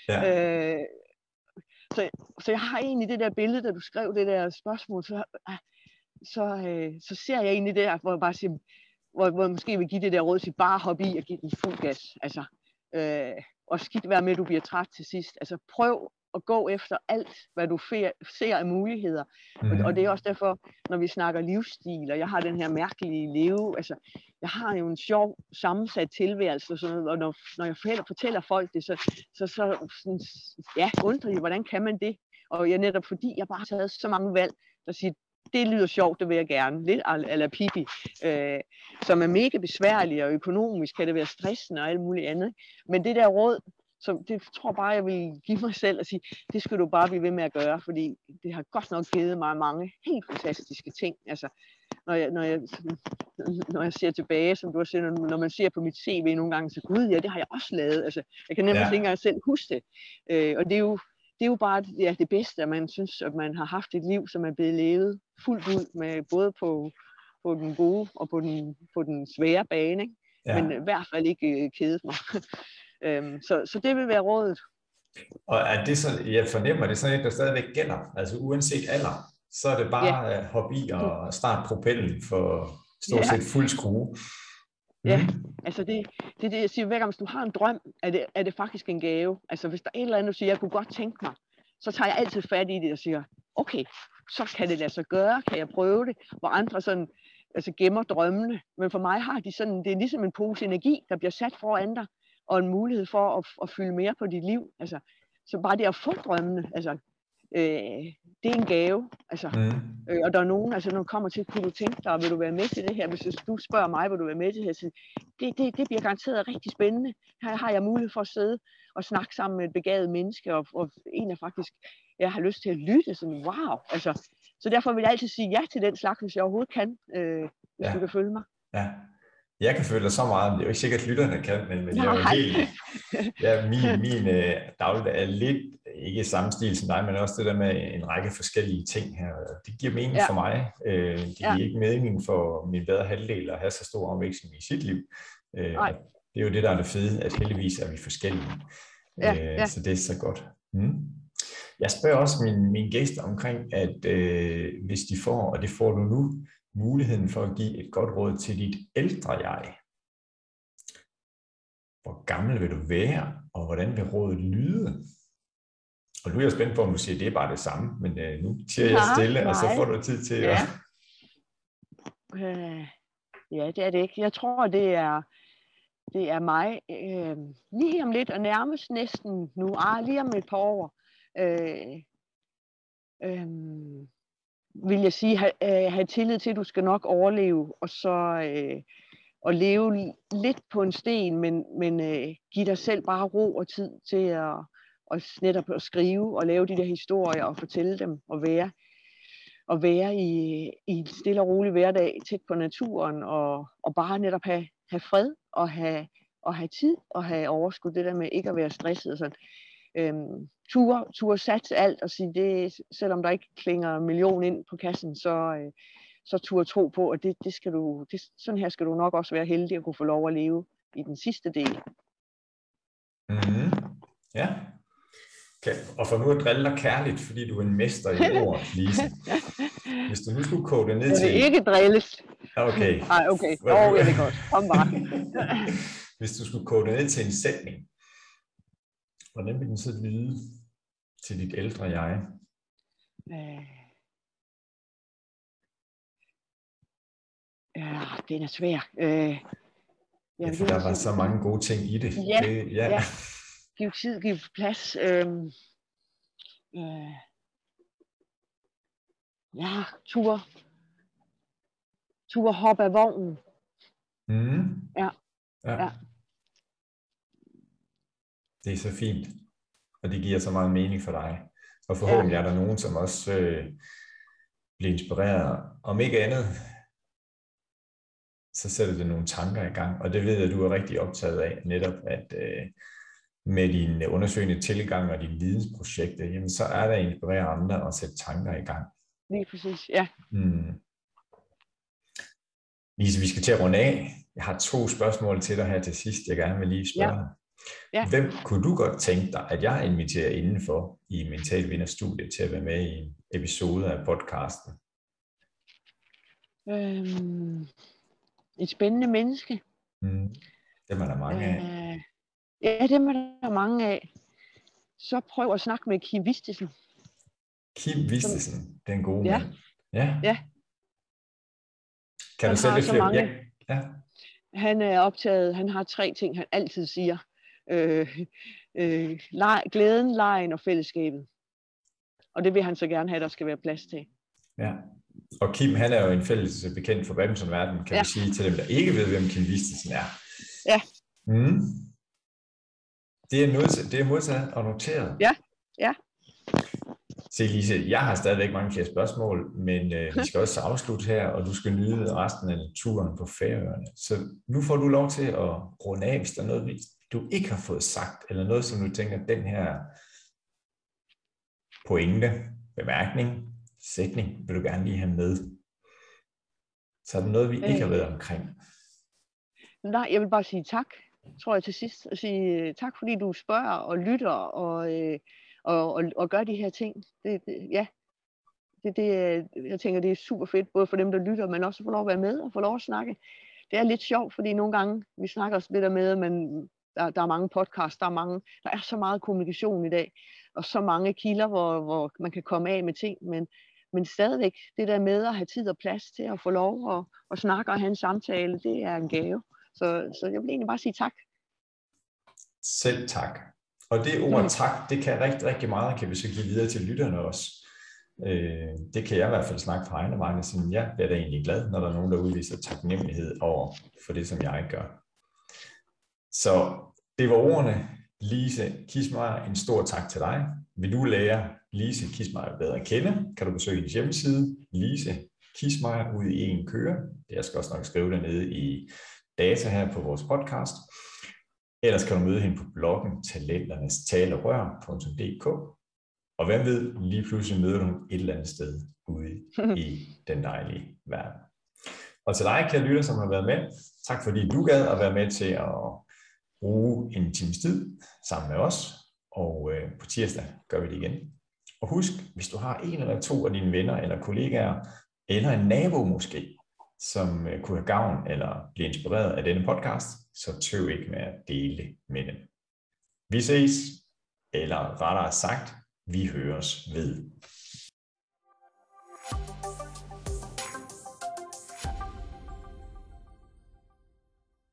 Ja. Øh, så, så jeg har egentlig det der billede, da du skrev det der spørgsmål, så, så, øh, så ser jeg egentlig der, hvor jeg bare siger, hvor, hvor jeg måske vil give det der råd til bare hoppe i og give den fuld gas. Altså, øh, og skidt være med, at du bliver træt til sidst. Altså prøv at gå efter alt, hvad du ser af muligheder. Mm. Og, og det er også derfor, når vi snakker livsstil, og jeg har den her mærkelige leve, altså, jeg har jo en sjov sammensat tilværelse, og, sådan noget, og når, når jeg fortæller, fortæller folk det, så, så, så sådan, ja, undrer de, hvordan kan man det? Og jeg netop fordi, jeg bare har taget så mange valg, der siger, det lyder sjovt, det vil jeg gerne. Lidt eller Pippi, øh, som er mega besværlig, og økonomisk kan det være stressende og alt muligt andet. Men det der råd, så det tror bare, jeg vil give mig selv og sige, det skal du bare blive ved med at gøre, fordi det har godt nok givet mig mange helt fantastiske ting. Altså, når jeg, når jeg, når jeg ser tilbage, som du har set, når man ser på mit C V nogle gange, så gud, ja, det har jeg også lavet. Altså, jeg kan nemlig ja. ikke engang selv huske det. Øh, og det er jo, det er jo bare ja, det bedste, at man synes, at man har haft et liv, som er blevet levet fuldt ud, med både på, på den gode og på den, på den svære bane, ikke? Ja. Men i hvert fald ikke øh, kedet mig. øhm, så, så det vil være rådet. Og er det så, jeg fornemmer, det er sådan et, der stadigvæk gælder, altså uanset alder, så er det bare ja. at hoppe i og starte propellen for stort set ja. fuld skrue. Mm. Ja, altså det, det, det jeg siger, hver gang hvis du har en drøm, er det, er det faktisk en gave. Altså hvis der er et eller andet, du siger, jeg kunne godt tænke mig, så tager jeg altid fat i det og siger, okay, så kan det lade sig gøre, kan jeg prøve det, hvor andre sådan, altså gemmer drømmene. Men for mig har de sådan, det er ligesom en pose energi, der bliver sat foran dig, og en mulighed for at, at fylde mere på dit liv. Altså, så bare det at få drømmene, altså, øh, det er en gave. Altså, mm. øh, og der er nogen, altså når du kommer til, kunne du tænke dig, vil du være med til det her? Hvis du spørger mig, vil du være med til det her? Så det, det, det bliver garanteret rigtig spændende. Her har jeg mulighed for at sidde og snakke sammen med et begavet menneske, og, og en af faktisk, jeg har lyst til at lytte, sådan wow. Altså, så derfor vil jeg altid sige ja til den slags, hvis jeg overhovedet kan, øh, hvis ja. du kan følge mig. Ja. Jeg kan føle dig så meget, det er jo ikke sikkert, at lytterne kan, men, men jeg er jo helt, ja, min, min øh, dagligdag er lidt, ikke i samme stil som dig, men også det der med en række forskellige ting her. Det giver mening ja. for mig. Øh, det giver ja. ikke mening for min bedre halvdel at have så stor omvækstning i sit liv. Øh, det er jo det, der er det fede, at heldigvis er vi forskellige. Ja. Øh, ja. Så det er så godt. Hmm. Jeg spørger også mine, mine gæster omkring, at øh, hvis de får, og det får du nu, muligheden for at give et godt råd til dit ældre jeg. Hvor gammel vil du være, og hvordan vil rådet lyde? Og nu er jeg spændt på, om du siger, at det er bare det samme, men øh, nu siger jeg stille, nej. Og så får du tid til ja. at... Øh, ja, det er det ikke. Jeg tror, det er, det er mig øh, lige om lidt, og nærmest næsten nu, ah, lige om et par år, øh, øh, vil jeg sige, have, have tillid til, at du skal nok overleve, og så øh, og leve lidt på en sten, men, men øh, give dig selv bare ro og tid til at og netop at skrive og lave de der historier og fortælle dem og være, og være i, i en stille og rolig hverdag tæt på naturen og, og bare netop have, have fred og have, og have tid og have overskud, det der med ikke at være stresset og sådan. Øhm, ture, ture satse alt og sige, det, selvom der ikke klinger en million ind på kassen, så, øh, så ture tro på, at det, det skal du, det, sådan her skal du nok også være heldig at kunne få lov at leve i den sidste del. Mm-hmm. Ja. Okay. Og for nu at drille dig kærligt, fordi du er en mester i ord, Lise. Hvis du nu skulle koge det ned det til... Det er ikke drilles. Okay. Nej, okay. Åh, oh, jeg ved godt. Kom bare. Hvis du skulle koge det ned til en sætning, hvordan vil den så lyde til dit ældre jeg? Øh... Ja, den er svær. Øh... Jeg ja, for der var så mange gode ting i det. Ja, det ja. ja. Giv tid, giv plads. Øhm, øh, ja, tur. Tur hoppe af vognen. Mm. Ja. Ja. ja. Det er så fint. Og det giver så meget mening for dig. Og forhåbentlig ja. er der nogen, som også øh, bliver inspireret. Om ikke andet, så sætter det nogle tanker i gang. Og det ved jeg, at du er rigtig optaget af, netop at øh, med din undersøgende tilgang og dine vidensprojekter, jamen så er der at inspirere andre og sætte tanker i gang. Lige præcis, ja. Hmm. Lise, vi skal til at runde af. Jeg har to spørgsmål til dig her til sidst, jeg gerne vil lige spørge. Ja. Ja. Hvem kunne du godt tænke dig, at jeg inviterer indenfor i Mental Vinder Studiet til at være med i en episode af podcasten? Øhm, et spændende menneske. Hmm. Det er der mange af. Øh, ja, det er der mange af. Så prøv at snakke med Kim Vistisen. Kim Vistisen, det er en god ja. mand. Ja. ja. Kan han du sætte lidt flere? Ja. ja. Han er optaget, han har tre ting, han altid siger. Øh, øh, leg, glæden, legen og fællesskabet. Og det vil han så gerne have, der skal være plads til. Ja. Og Kim, han er jo en fælles bekendt for badmintonverdenen, kan ja. vi sige til dem, der ikke ved, hvem Kim Vistisen er. Ja. Mm. Det er modsat, det er modsat og noteret. Ja, ja. Se Lise, jeg har stadigvæk mange flere spørgsmål, men øh, vi skal også afslutte her, og du skal nyde resten af turen på Færøerne. Så nu får du lov til at runde af, hvis der er noget, du ikke har fået sagt, eller noget, som du tænker, den her pointe, bemærkning, sætning, vil du gerne lige have med. Så er der noget, vi ikke har været omkring. Nej, jeg vil bare sige tak, tror jeg til sidst, og sige tak, fordi du spørger og lytter og, øh, og, og, og gør de her ting. Det, det, ja, det, det, jeg tænker, det er super fedt, både for dem, der lytter, men også for lov at være med og få lov at snakke. Det er lidt sjovt, fordi nogle gange, vi snakker også lidt med, men der, der er mange podcasts, der er, mange, der er så meget kommunikation i dag, og så mange kilder, hvor, hvor man kan komme af med ting, men, men stadigvæk, det der med at have tid og plads til at få lov at, at snakke og have en samtale, det er en gave. Så, så jeg vil egentlig bare sige tak. Selv tak. Og det ord tak, det kan rigtig, rigtig meget, kan vi så give videre til lytterne også. Øh, det kan jeg i hvert fald snakke fra egne vegne, så jeg bliver da egentlig glad, når der er nogen, der udviser taknemmelighed over for det, som jeg gør. Så det var ordene. Lise Kissmeyer, en stor tak til dig. Vil du lære Lise Kissmeyer bedre at kende, kan du besøge hendes hjemmeside, Lise Kissmeyer ude i en køre. Jeg skal også nok skrive det nede i data her på vores podcast. Ellers kan du møde hende på bloggen talenternes talerør punktum d k. Og hvem ved, lige pludselig møder du et eller andet sted ude i den dejlige verden. Og til dig, kære lytter, som har været med, tak fordi du gad at være med til at bruge en times tid sammen med os. Og øh, på tirsdag gør vi det igen. Og husk, hvis du har en eller to af dine venner eller kollegaer, eller en nabo måske, som øh, kunne have gavn eller blive inspireret af denne podcast, så tøv ikke med at dele med dem. Vi ses, eller rettere sagt, vi høres ved.